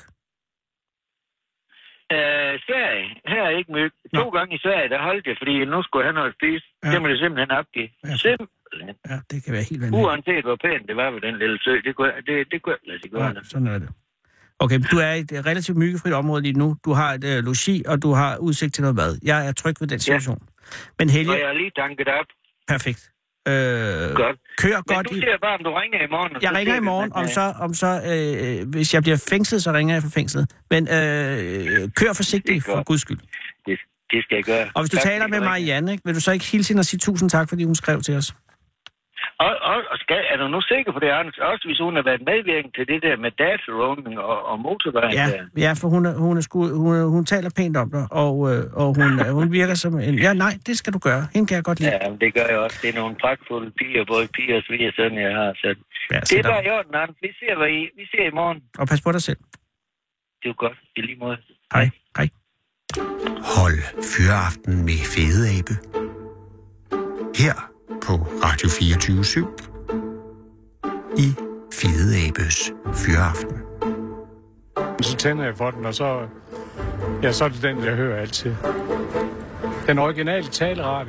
Sverige. Her er ikke myg. 2 gange i Sverige, der holdt jeg, fordi nu skulle jeg have noget at spise. Ja. Det må det simpelthen opgive. Simpelthen. Ja, det kan være helt vanvittigt. Uanset hvor pænt det var ved den lille sø, det kunne jeg lade sig gøre. Ja, sådan er det. Okay, du er i et relativt myggefrit område lige nu. Du har et logi, og du har udsigt til noget mad. Jeg er tryg ved den situation. Men Helge... Og jeg har lige tanket op. Perfekt. Kør Men godt du siger bare, om du ringer i morgen. Jeg ringer i morgen, hvis jeg bliver fængslet, så ringer jeg for fængslet. Men kør forsigtigt, for guds skyld. Det skal jeg gøre. Og hvis du taler med Marianne, ikke, vil du så ikke hilse hende og sige tusind tak, fordi hun skrev til os? Og er du nu sikker på det, Anders? Også hvis hun har været medvirkende til det der med data roaming og motorvejen? Ja, for hun taler pænt om dig, og hun virker som en... Ja, nej, det skal du gøre. Hende kan jeg godt lide. Ja, det gør jeg også. Det er nogle pragtfulde piger, både piger og sviger, sådan jeg har. Så ja, det er bare i orden, Anders. Vi ser i morgen. Og pas på dig selv. Det er jo godt. I lige måde. Hej. Hej. Hold Fyraften med Fede Abe. Her på Radio 24/7 i Fede Abes Fyraften. Så tænder jeg for den, og så er det den, jeg hører altid. Den originale taleradio.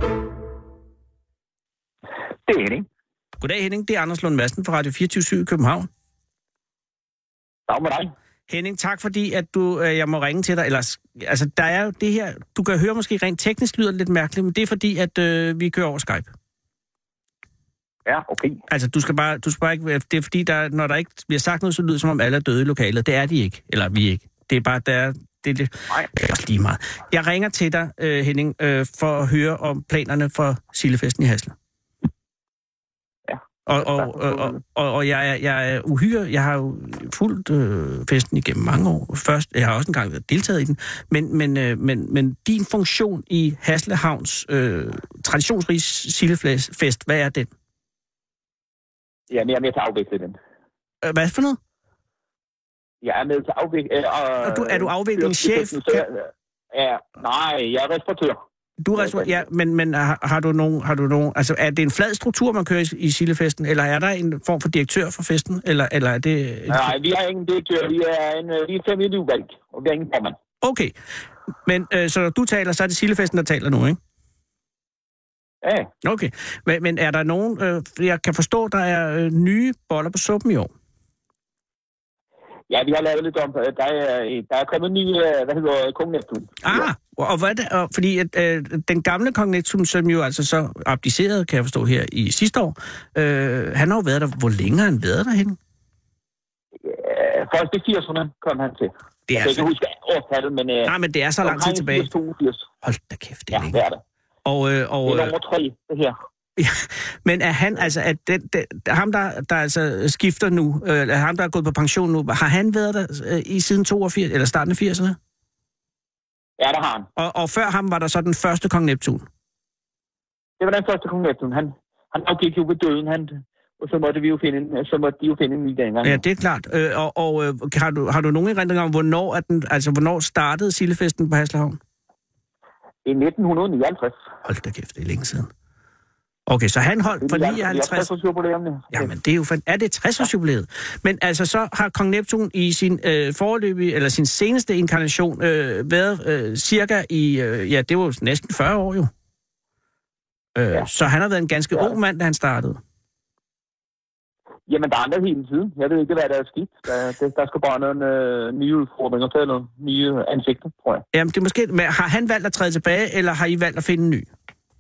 Det er Henning. Goddag Henning, det er Anders Lund Madsen fra Radio 24/7 i København. Dag med dig. Henning, tak fordi at jeg må ringe til dig. Altså, der er jo det her, du kan høre måske rent teknisk lyder det lidt mærkeligt, men det er fordi, at vi kører over Skype. Ja, okay. Altså, du skal bare ikke... Det er fordi, når der ikke bliver sagt noget, så lyder det, som om alle er døde i lokalet. Det er de ikke. Eller vi ikke. Det er bare, det er også lige meget. Jeg ringer til dig, Henning, for at høre om planerne for Sillefesten i Hasle. Ja. Og jeg er uhyre... Jeg har jo fulgt festen igennem mange år. Først, jeg har også engang deltaget i den. Men din funktion i Hasle Havns traditionsrige Sillefest, hvad er den? Ja, men jeg er med til at afvikle den. Hvad for noget? Jeg er med til at afvikle... Er du afviklingschef? Ja, nej, jeg er restauratør. Du er restauratør, ja, men har du nogen... Altså, er det en flad struktur, man kører i Sillefesten, eller er der en form for direktør for festen, eller er det... Nej, vi har ingen direktør. Vi er familie udvalg, og vi har ingen formand. Okay, men så når du taler, så er det Sillefesten, der taler nu, ikke? Ja. Okay, men er der nogen... jeg kan forstå, der er nye boller på suppen i år. Ja, vi har lavet lidt om... Der er kommet en ny, Kong Neptun. Og hvad er det? Fordi den gamle Kong Neptun, som jo altså så abdicerede, kan jeg forstå, her i sidste år, han har jo været der... Hvor længe har han været derhen? Først i 80'erne kom han til. Det er jeg kan ikke huske årstallet, men... Nej, men det er så lang tid tilbage. 82. Hold da kæft, det er længe. Ja, det er det. Og, det er nummer 3, det her. Ja, men er han, altså, at ham, der altså skifter nu, ham, der er gået på pension nu, har han været der i siden 82, eller starten af 80'erne? Ja, der har han. Og før ham var der så den første Kong Neptun? Det var den første Kong Neptun. Han afgik jo ved døden, og så måtte de jo finde en ny dengang. Ja, det er klart. Har du nogen erindring om, hvornår startede Sillefesten på Hasle Havn? I 1959. Hold da kæft, det er længe siden. Okay, så han holdt for 59... Jamen, det er jo... Er det 60-årsjubilæet? Men altså, så har Kong Neptun i sin foreløbige, eller sin seneste inkarnation, været cirka i... det var jo næsten 40 år jo. Så han har været en ganske ung mand, da han startede. Jamen, der er andet hele tiden. Jeg ved ikke, hvad der er skidt. Der skal bare nogle nye udfordringer til, nogle nye ansigter, tror jeg. Jamen, det er måske... Men har han valgt at træde tilbage, eller har I valgt at finde en ny?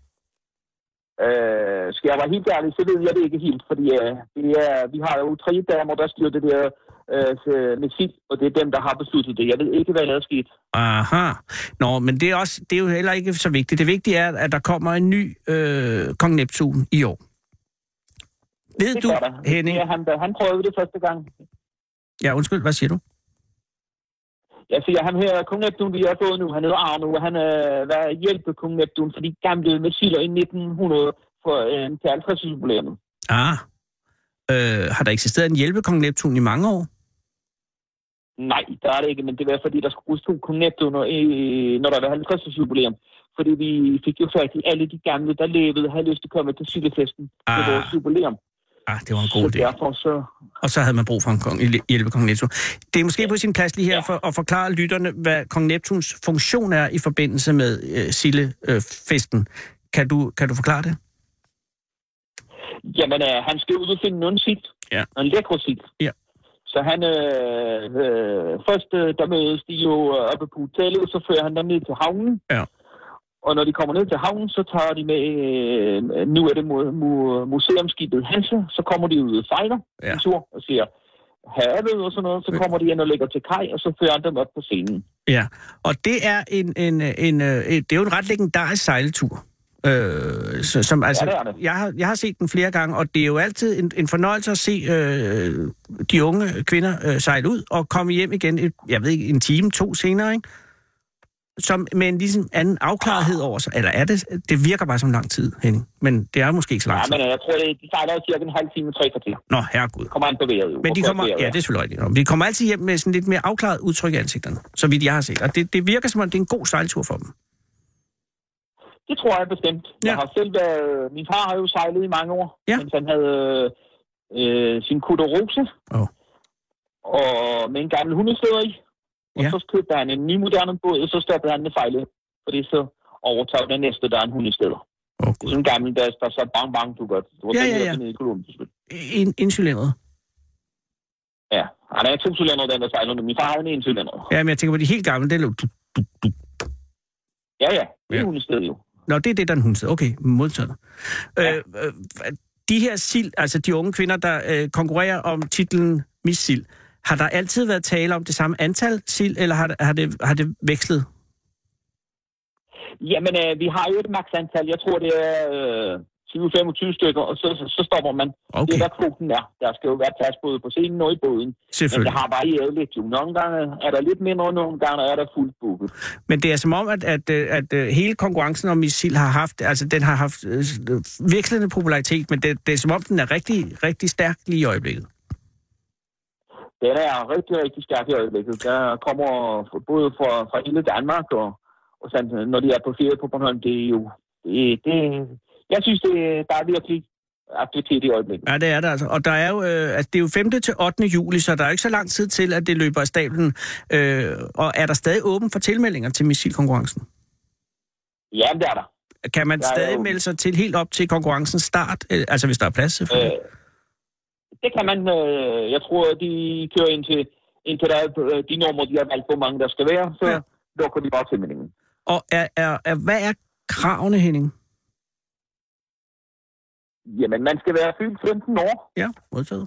Skal jeg være helt ærlig, så ved jeg det ikke helt, fordi vi har jo 3 damer, der styrer det der med sit, og det er dem, der har besluttet det. Jeg ved ikke, hvad der er sket. Aha. Nå, men det er jo heller ikke så vigtigt. Det vigtige er, at der kommer en ny Kong Neptun i år. Ved du, Henning... Ja, han prøvede det første gang. Ja, undskyld, hvad siger du? Jeg siger, ham her, Kong Neptun, vi har fået nu, han hedder Arno, og han var hjælpe Kong Neptun for de gamle missiler i 1900 til 50-jubilæet. Har der eksisteret en hjælpe Kong Neptun i mange år? Nej, der er det ikke, men det var fordi, der skulle bruges 2 Kong Neptuner, når der var 50-jubilæum. Fordi vi fik jo faktisk alle de gamle, der levede, havde lyst til at komme til Sillefesten til vores jubilæum. Det var en god idé. Og så havde man brug for en hjælpe Kong Neptun. Det er måske på sin plads lige her for at forklare lytterne, hvad Kong Neptuns funktion er i forbindelse med Sillefesten. Kan du forklare det? Jamen, han skal ud og finde noget sit. Ja. En lækre sit. Ja. Så han først, der mødes de jo oppe på hotellet, så fører han dem ned til havnen. Ja. Og når de kommer ned til havnen, så tager de med, nu er det museumsskibet Hanse, så kommer de ud og sejler en tur og siger havet og sådan noget, så kommer de ind og lægger til kaj, og så fører dem op på scenen. Ja, og det er det er jo en ret legendarisk sejletur. Som, altså, ja, det er det. Jeg har set den flere gange, og det er jo altid en fornøjelse at se de unge kvinder sejle ud og komme hjem igen, en time, 2 senere, ikke? Som med en ligesom anden afklarethed over sig. Eller er det virker bare som lang tid, Henning. Men det er måske ikke så lang tid. Ja, men jeg tror, de sejler cirka en halv time, 3 kvarter. Nå, herregud. Kommer an på vejret jo. Men de kommer, ja, det er selvfølgelig rigtigt. Vi kommer altid hjem med sådan lidt mere afklaret udtryk i ansigterne, så vidt jeg har set. Og det virker som om, det er en god sejltur for dem. Det tror jeg bestemt. Ja. Jeg har selv været... Min far har jo sejlet i mange år, mens han havde sin kutter Rose. Og med en gammel hundestøder i. Og så købte han en ny moderne båd, og så stoppede han med fejlet. Fordi så overtog den næste, der er en hundestøder. Sådan en gammel, der så bang, du godt. Det var sådan i Columbus. Indcylindret? Ja, han er 2 cylinder, den der sejler nu. Min far har en 1 cylinder. Ja, men jeg tænker på de helt gamle, det er jo... Ja, det er hundestøder jo. Nå, det er det, der er en hundestøder. Okay, modtaget. Ja. De her sild, altså de unge kvinder, der konkurrerer om titlen Miss Sild, har der altid været tale om det samme antal sild, eller har det vekslet? Jamen, vi har jo et maksantal. Jeg tror, det er 20-25 stykker, og så stopper man. Okay. Det er der kvoten er. Der skal jo være plads både på scenen og i båden. Men det har varieret lidt jo. Nogle gange er der lidt mindre, og nogle gange er der fuldt booket. Men det er som om, at hele konkurrencen om Miss Sild har haft, altså den har haft vekslende popularitet, men det er som om, den er rigtig, rigtig stærk lige i øjeblikket. Den er rigtig, rigtig stærk i øjeblikket. Der kommer både fra hele Danmark, og sådan, når de er på ferie på Bornholm, det er jo... Jeg synes, der er virkelig aktivitet i øjeblikket. Ja, det er det altså. Og der er jo, det er jo 5. til 8. juli, så der er ikke så lang tid til, at det løber af stablen. Og er der stadig åben for tilmeldinger til missilkonkurrencen? Ja, det er der. Kan man stadig melde sig til helt op til konkurrencens start? Altså, hvis der er plads, selvfølgelig. Det kan man. Jeg tror, de kører indtil der er de numre, de har valgt, hvor mange der skal være, så lukker de bare tilmeldingen. Og hvad er kravene, Henning? Jamen, man skal være fyldt 15 år. Ja, modtaget.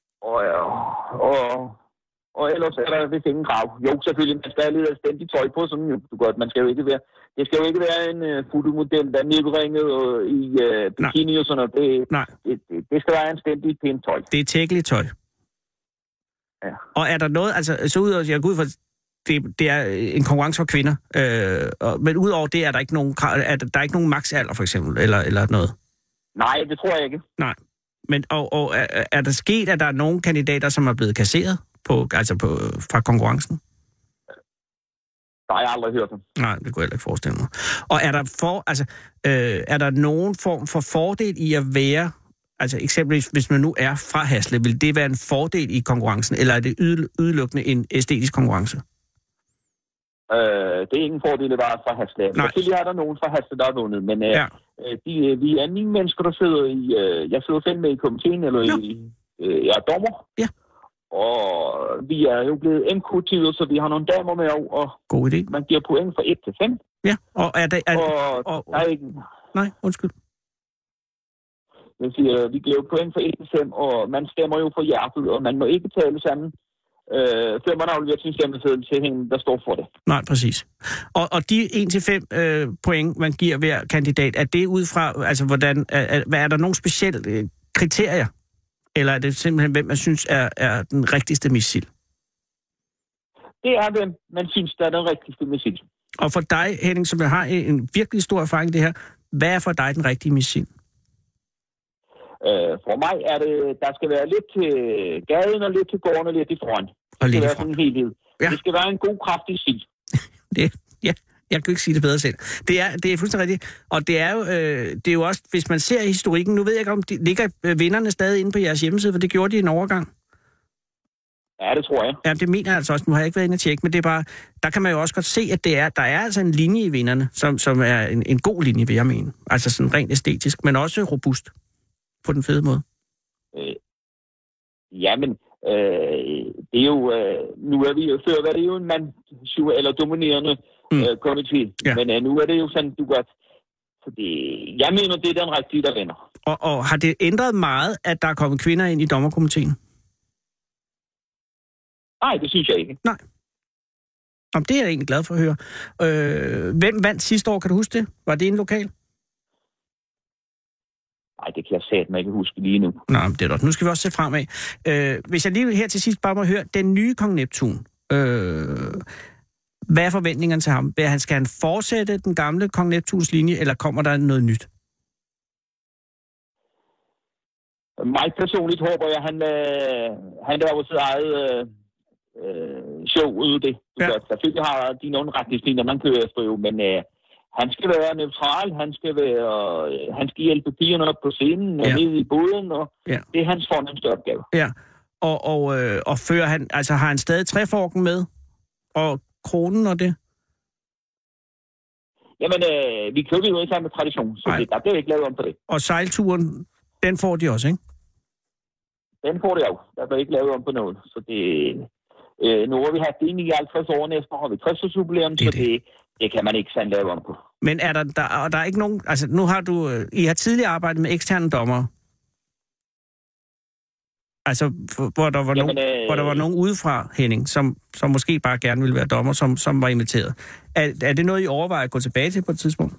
Og ellers er der vist ingen krav. Jo, selvfølgelig, man skal have lidt anstændigt tøj på, sådan jo. Man skal jo ikke være... Det skal jo ikke være en fotomodel, der er nedringet i bikini og sådan noget. Det skal være anstændigt pænt tøj. Det er tækkeligt tøj. Ja. Og er der noget... Altså, så ud af... Jeg går ud fra... Det er en konkurrence for kvinder. Men udover det er der ikke nogen... Der er ikke nogen maksalder, for eksempel, eller noget? Nej, det tror jeg ikke. Nej. Men og er der sket, at der er nogle kandidater, som er blevet kasseret fra konkurrencen? Nej, jeg har aldrig hørt det. Nej, det kunne jeg heller ikke forestille mig. Og er der nogen form for fordel i at være, altså eksempelvis hvis man nu er fra Hasle, vil det være en fordel i konkurrencen, eller er det udelukkende en æstetisk konkurrence? Det er ingen fordel, det var fra Hasle. Selvfølgelig er der nogen fra Hasle, der har vundet, men vi er 9 mennesker, der sidder i... jeg sidder 5 med i komiteen, eller jeg er dommer. Ja. Og vi er jo blevet MQ-tider, så vi har nogle damer med over. God idé. Man giver point fra 1 til 5. Ja, og er det... der er ikke... Nej, undskyld. Jeg siger, vi giver jo point fra 1 til 5, og man stemmer jo for hjertet, og man må ikke tale sammen. Før man afleverer sin stemmeseddel til hende, der står for det. Nej, præcis. Og de 1-5 point, man giver hver kandidat, er det ud fra, altså hvordan, hvad er der nogle specielle kriterier? Eller er det simpelthen, hvem man synes er den rigtigste missil? Det er, hvem man synes, der er den rigtigste missil. Og for dig, Henning, som har en virkelig stor erfaring i det her, hvad er for dig den rigtige missil? For mig er det, der skal være lidt til gaden og lidt til gården og lidt i foran. Og lidt i foran. Ja. Det skal være en god, kraftig sild. Jeg kan ikke sige det bedre selv. Det er fuldstændig rigtigt. Og det er jo også, hvis man ser historikken, nu ved jeg ikke, om de ligger vinderne stadig inde på jeres hjemmeside, for det gjorde de en overgang. Ja, det tror jeg. Ja, det mener jeg altså også. Nu har jeg ikke været inde og tjekke, men det er bare, der kan man jo også godt se, at der er altså en linje i vinderne, som er en god linje, vil jeg mene. Altså sådan rent æstetisk, men også robust på den fede måde. Jamen, det er jo, nu er vi jo før, hvad det er jo en mand, eller dominerende kom i tvivl. Ja. Men nu er det jo sådan, du godt. Så jeg mener, det er den rigtige, der vinder. Og har det ændret meget, at der er kommet kvinder ind i dommerkomiteen? Nej, det synes jeg ikke. Nej. Jamen, det er jeg egentlig glad for at høre. Hvem vandt sidste år, kan du huske det? Var det en lokal? Nej, det kan jeg satme ikke huske lige nu. Nej, det er godt. Nu skal vi også se fremad. Hvis jeg lige her til sidst bare må høre, den nye Kong Neptun, hvad er forventningerne til ham? Skal han fortsætte den gamle Kong Neptuns linje, eller kommer der noget nyt? Mig personligt håber jeg, han laver sit eget show ude det. Ja. Selvfølgelig har de nogle retningslinjer, man kører efter jo, men han skal være neutral, han skal hjælpe pigerne op på scenen og ned i båden, og det er hans fornemmeste opgave. Ja, og fører han, altså har han stadig træforken med? Og kronen og det? Jamen, vi køber jo ikke sammen med tradition, så der bliver ikke lavet om på det. Og sejlturen, den får de også, ikke? Den får de jo. Der bliver ikke lavet om på noget. Så det... nu har vi haft det i 59 år næste år, har vi 60 jubilæum, så det kan man ikke sådan lave om på. Men er der er ikke nogen... Altså, nu har I har tidligere arbejdet med eksterne dommere. Altså, hvor der var nogen udefra, Henning, som måske bare gerne ville være dommer, som var inviteret. Er det noget, I overvejer at gå tilbage til på et tidspunkt?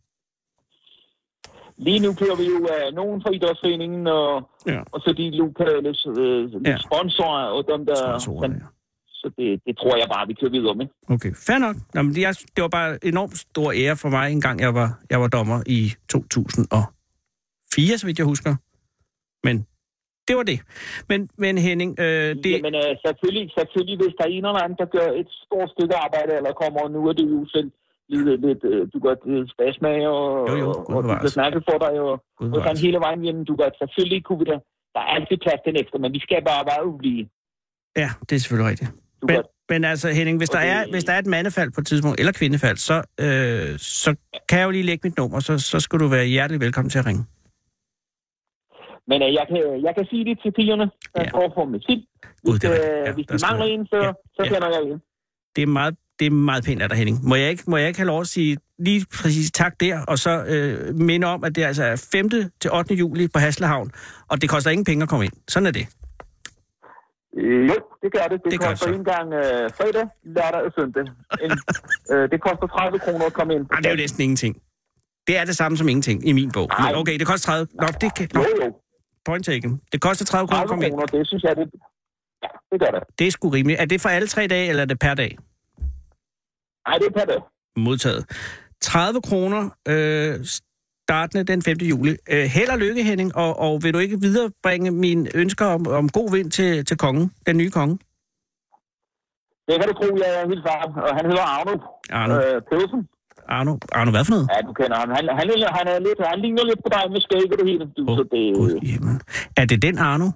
Lige nu kører vi jo nogen fra idrætsforeningen, og så de lokale sponsorer, og dem der... Så det tror jeg bare, vi kører videre med. Okay, fair nok. Jamen, det var bare enormt stor ære for mig, en gang jeg var dommer i 2004, så vidt jeg husker. Men det var det. Men Henning... Jamen, selvfølgelig, hvis der er en eller anden, der gør et stort stykke arbejde, eller kommer, og nu er det jo selv lidt du gør spasmag, og du kan snakke for dig, og sådan hele vejen hjem. Du gør selvfølgelig kunne vi der er altid plads til ekstra, men vi skal bare være ulige. Ja, det er selvfølgelig rigtigt. Men altså, Henning, hvis der er et mandefald på et tidspunkt, eller kvindefald, så kan jeg jo lige lægge mit nummer, så skal du være hjertelig velkommen til at ringe. Men jeg kan sige det til pigerne, der går for mit tid. Hvis de mangler en, så kender jeg en. Det er meget pænt af dig, Henning. Må jeg ikke have lov at sige lige præcis tak der, og så minde om, at det altså er 5. til 8. juli på Haslehavn, og det koster ingen penge at komme ind. Sådan er det. Jo, det gør det. Det koster en gang fredag, lørdag og søndag. Det koster 30 kroner at komme ind. Det er jo næsten ingenting. Det er det samme som ingenting i min bog. Men okay, det koster 30. Jo. Point taken. Det koster 30 kroner at komme ind. Det synes jeg, det gør det. Det er sgu rimeligt. Er det for alle 3 dage, eller er det per dag? Nej, det er per dag. Modtaget. 30 kroner startende den 5. juli. Held og lykke, Henning, og vil du ikke viderebringe mine ønsker om god vind til kongen, den nye konge? Det kan du tro, jeg er helt varm. Og han hedder Arno. Pedersen. Arno, hvad for noget? Ja, du kender ham. Han ligner lidt på dig med skæg og det hele. Jamen. Er det den Arno?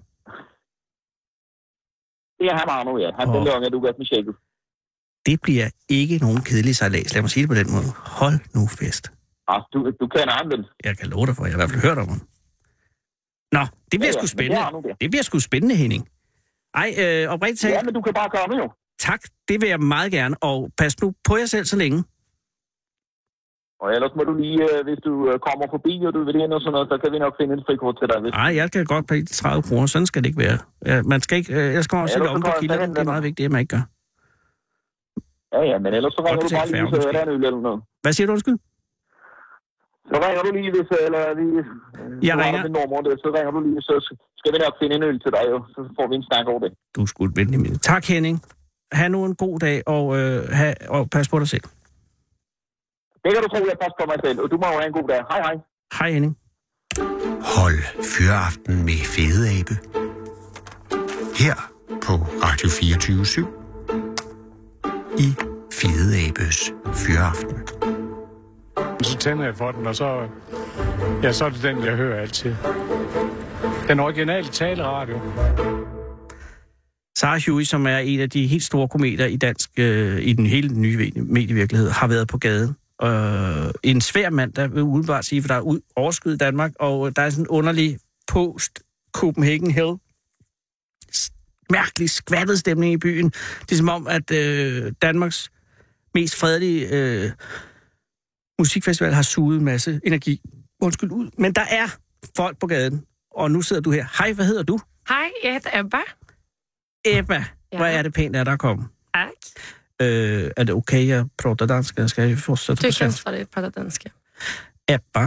Det er ham Arno, ja. Han den lange, du gør med skægget. Det bliver ikke nogen kedelig sejlads. Lad mig sige det på den måde. Hold nu fest. Du kender ham, vel? Jeg kan love dig for, jeg har i hvert fald hørt om ham. Nå, det bliver sgu spændende. Det bliver sgu spændende, Henning. Oprigtigt talt. Ja, men du kan bare komme jo. Tak, det vil jeg meget gerne. Og pas nu på jer selv så længe. Og ellers må du lige, hvis du kommer forbi, og du vil ind og sådan noget, så kan vi nok finde et frikort til dig. Nej, jeg kan godt pære 30 kroner. Sådan skal det ikke være. Man skal ikke... Jeg skal også sætte om på kilder. Det er meget vigtigt, at man ikke gør. Ja, men ellers så ringer du bare lige, hvis der er en øl eller noget. Hvad siger du, undskyld? Så ringer du lige, hvis... Jeg ringer. Så ringer du lige, så skal vi nok finde en øl til dig, og så får vi en snak over det. Du er sgu et venlig minde. Tak, Henning. Ha' nu en god dag, og pas på dig selv. Det kan du tro, jeg passer på mig selv, og du må jo have en god dag. Hej, hej. Hej, Henning. Hold Fyraften med Fede Abe. Her på Radio 24/7 i Fede Abes Fyraften. Så tænder jeg for den, og så er det den, jeg hører altid. Den originale taleradio. Sarah Huey, som er en af de helt store kometer i dansk, i den hele nye medievirkelighed, har været på gaden. En svær mand, der vil umiddelbart sige, for der er overskud i Danmark, og der er sådan en underlig post-Copenhagen Hell. Mærkelig skvattet stemning i byen. Det er som om, at Danmarks mest fredelige musikfestival har suget en masse energi. Undskyld ud. Men der er folk på gaden, og nu sidder du her. Hej, hvad hedder du? Hej, jeg hedder Ebba. Ebba, hvor er det pænt, at der kommer. Tak. Er det okay, jeg prater danska? Skal jeg fortsætte på svensk? Du kan prata danska. Ebba.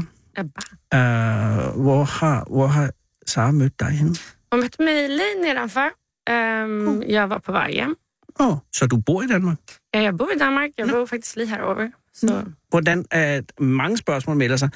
Hvor har Sara mødt dig henne? Hun mødte mig lige nedenfor. Jeg var på vej hjem. Så du bor i Danmark? Ja, jeg bor i Danmark. Jeg bor faktisk lige herovre. Så. Hvordan mange spørgsmål melder sig.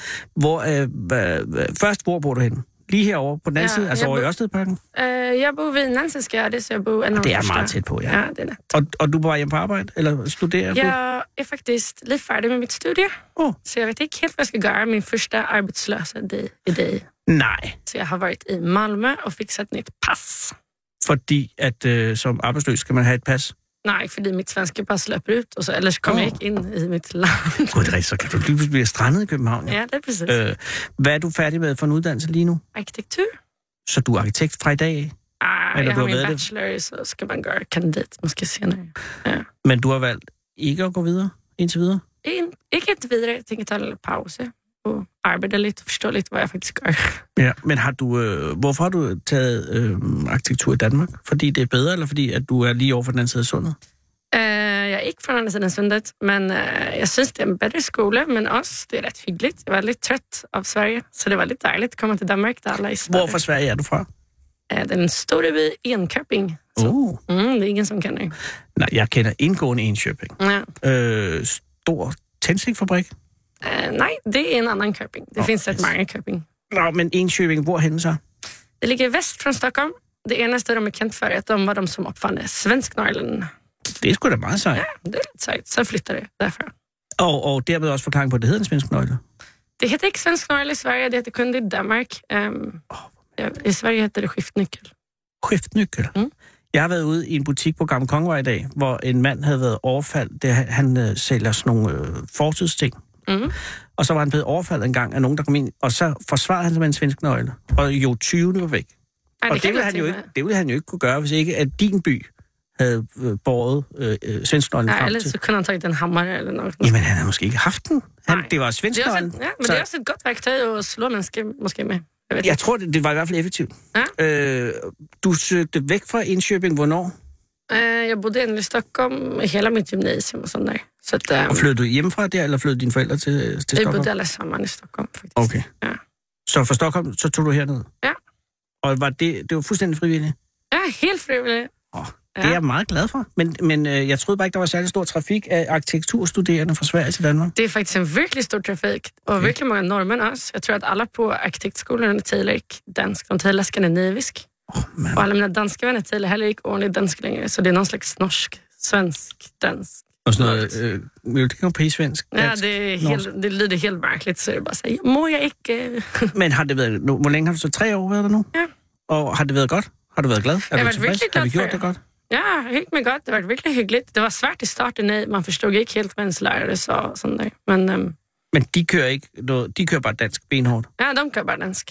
Først, hvor bor du henne? Lige herovre på den anden side, altså over i Ørstedparken? Jeg bor ved Nansensgade, så jeg bor... Det er meget tæt på, ja. Ja, det er net. Og du var hjemme på arbejde, eller studerer du? Jeg er faktisk lidt færdig med mit studie. Så jeg vet ikke helt, hvad jeg skal gøre min første arbejdsløse i dag. Nej. Så jeg har været i Malmö og fik sat et pas. Fordi at som arbejdsløs skal man have et pas? Nej, fordi mit svenske pas løber ud, og så ellers kommer jeg ikke ind i mit land. Det er rigtigt, så kan du lige blive strandet i København. Ja, det er præcis. Hvad er du færdig med for en uddannelse lige nu? Arkitektur. Så du er arkitekt fra i dag? Jeg har min bachelor, så skal man gøre kandidat måske senere. Ja. Men du har valgt ikke at gå videre indtil videre? Ikke indtil videre. Jeg tænker tage en pause og arbejde lidt og forstå lidt, hvad jeg faktisk gør. Ja, men hvorfor har du taget arkitektur i Danmark? Fordi det er bedre, eller fordi at du er lige over for den anden side af sundet? Jeg er ikke fra den anden side af sundet, men jeg synes, det er en bedre skole, men også det er ret hyggeligt. Jeg var lidt trøt af Sverige, så det var lidt dejligt at komme til Danmark. Der er i Hvor fra Sverige er du fra? Den store by Enköping. Det er ingen, som kender. Nej, jeg kender indgående Enköping. Ja. Stor tændstikfabrik? Nej, det er en anden Köping. Det finns rätt mange Köping. Nå, men Enköping, hvor henne så? Det ligger vest från Stockholm. Det eneste, de er kendt for, at de var de, som opfandt Svensknøglen. Det er sgu da meget sejt. Ja, det er lidt sejt. Så flytter det derfra. Og dermed også forklaring på, at det hedder en Svensknøgle? Det heter ikke Svensknøgle i Sverige, det heter kun i Danmark. I Sverige heter det skiftnyckel. Skiftnyckel? Jeg har været ude i en butik på Gamle Kongevej i dag, hvor en mand havde været overfaldt. Han sælger sådan nogle fortidsting. Og så var han blevet overfaldet en gang af nogen, der kom ind, og så forsvarede han sig med en svensk nøgle. Og jo 20 var væk. Ej, og det ville han jo ikke kunne gøre, hvis ikke at din by havde båret svensk nøglen frem til. Ellers så kunne han tage den hammer eller noget. Jamen, han havde måske ikke haft den. Det var svensk nøglen. Ja, men det er også et godt værktøj at slå mennesker måske med. Jeg tror, det var i hvert fald effektivt. Ja. Du søgte væk fra Enköping, hvornår? Jeg bodde inde i Stockholm hele mit gymnasium og sådan der. Så og flyttede du hjemmefra der, eller flyttede dine forældre til Stockholm? Vi bodde alle sammen i Stockholm, faktisk. Okay. Ja. Så fra Stockholm, så tog du herned? Ja. Og var det var fuldstændig frivilligt? Ja, helt frivilligt. Det er jeg meget glad for. Men jeg troede bare ikke, der var særlig stor trafik af arkitekturstuderende fra Sverige til Danmark. Det er faktisk en virkelig stor trafik, og virkelig mange nordmænd også. Jeg tror, at alle på arkitektskolen taler ikke dansk, de taler skandinavisk. Og alle mine danske venner taler heller ikke ordentligt dansk længere, så det er nogen slags norsk, svensk, dansk. Og sådan noget melodikampri-svensk? Ja, det lyder helt mærkeligt, så jeg bare siger, må jeg ikke... Men har det været... Hvor længe har du så 3 år været der nu? Ja. Og har det været godt? Har du været glad? Jeg har været virkelig glad. Har vi gjort det godt? Ja, helt med godt. Det var virkelig hyggeligt. Det var svært i starten af. Man forstod ikke helt, hvad ens lærere så og sådan der. Men de kører ikke noget... De kører bare dansk benhårdt? Ja, de kører bare dansk.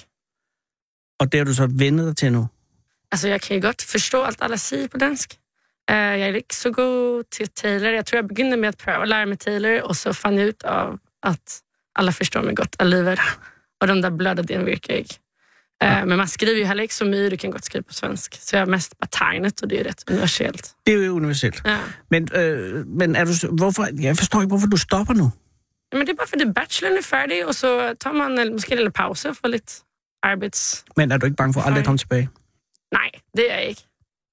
Og det har du så vendet dig til nu? Altså, jeg kan godt forstå alt alle siger på dansk. Jeg er ikke så god til taler. Jeg tror, jeg begyndte med at prøve at lære mig taler, og så fandt jeg ud af, at alle forstår mig godt alligevel. Og de der blødder, den virker ikke. Men man skriver jo heller ikke så mye, du kan godt skrive på svensk. Så jeg er mest bare tegnet, og det er ret universelt. Det er jo universelt. Ja. Men er du, hvorfor, jeg forstår ikke, hvorfor du stopper nu. Men det er bare fordi bacheloren er færdig, og så tager man måske en lille pause for lidt arbejds... Men er du ikke bange for at aldrig komme tilbage? Nej, det er jeg ikke.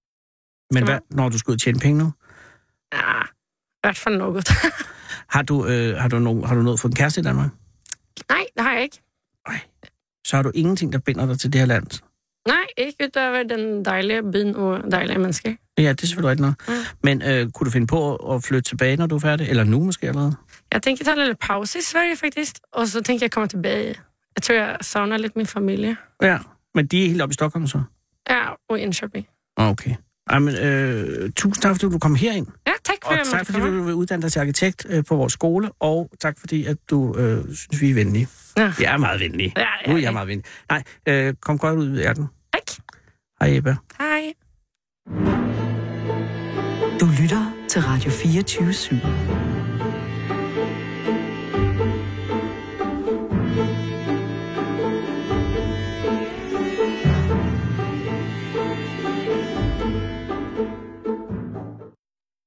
Men hvad, når du skal ud og tjene penge nu? Ja, i hvert fald noget. Har du noget for en kæreste i Danmark? Nej, det har jeg ikke. Nej. Så har du ingenting, der binder dig til det her land? Nej, ikke udover den dejlige byen og dejlige mennesker. Ja, det er selvfølgelig ikke noget. Ja. Men kunne du finde på at flytte tilbage, når du er færdig? Eller nu måske allerede? Jeg tænker tage en lille pause i Sverige faktisk, og så tænker jeg komme tilbage. Jeg tror, jeg savner lidt min familie. Ja, men de er helt oppe i Stockholm så? Ja, og i Enköping. Okay. Jamen, tusind tak, fordi du kom herind. Ja, tak for og tak, fordi du vil uddanne dig til arkitekt på vores skole, og tak, fordi at du synes, vi er venlige. Ja. Jeg er meget venlig. Ja. Nu er jeg meget venlig. Nej, kom godt ud i verden. Tak. Hej, Ebba. Hej. Du lytter til Radio 24/7.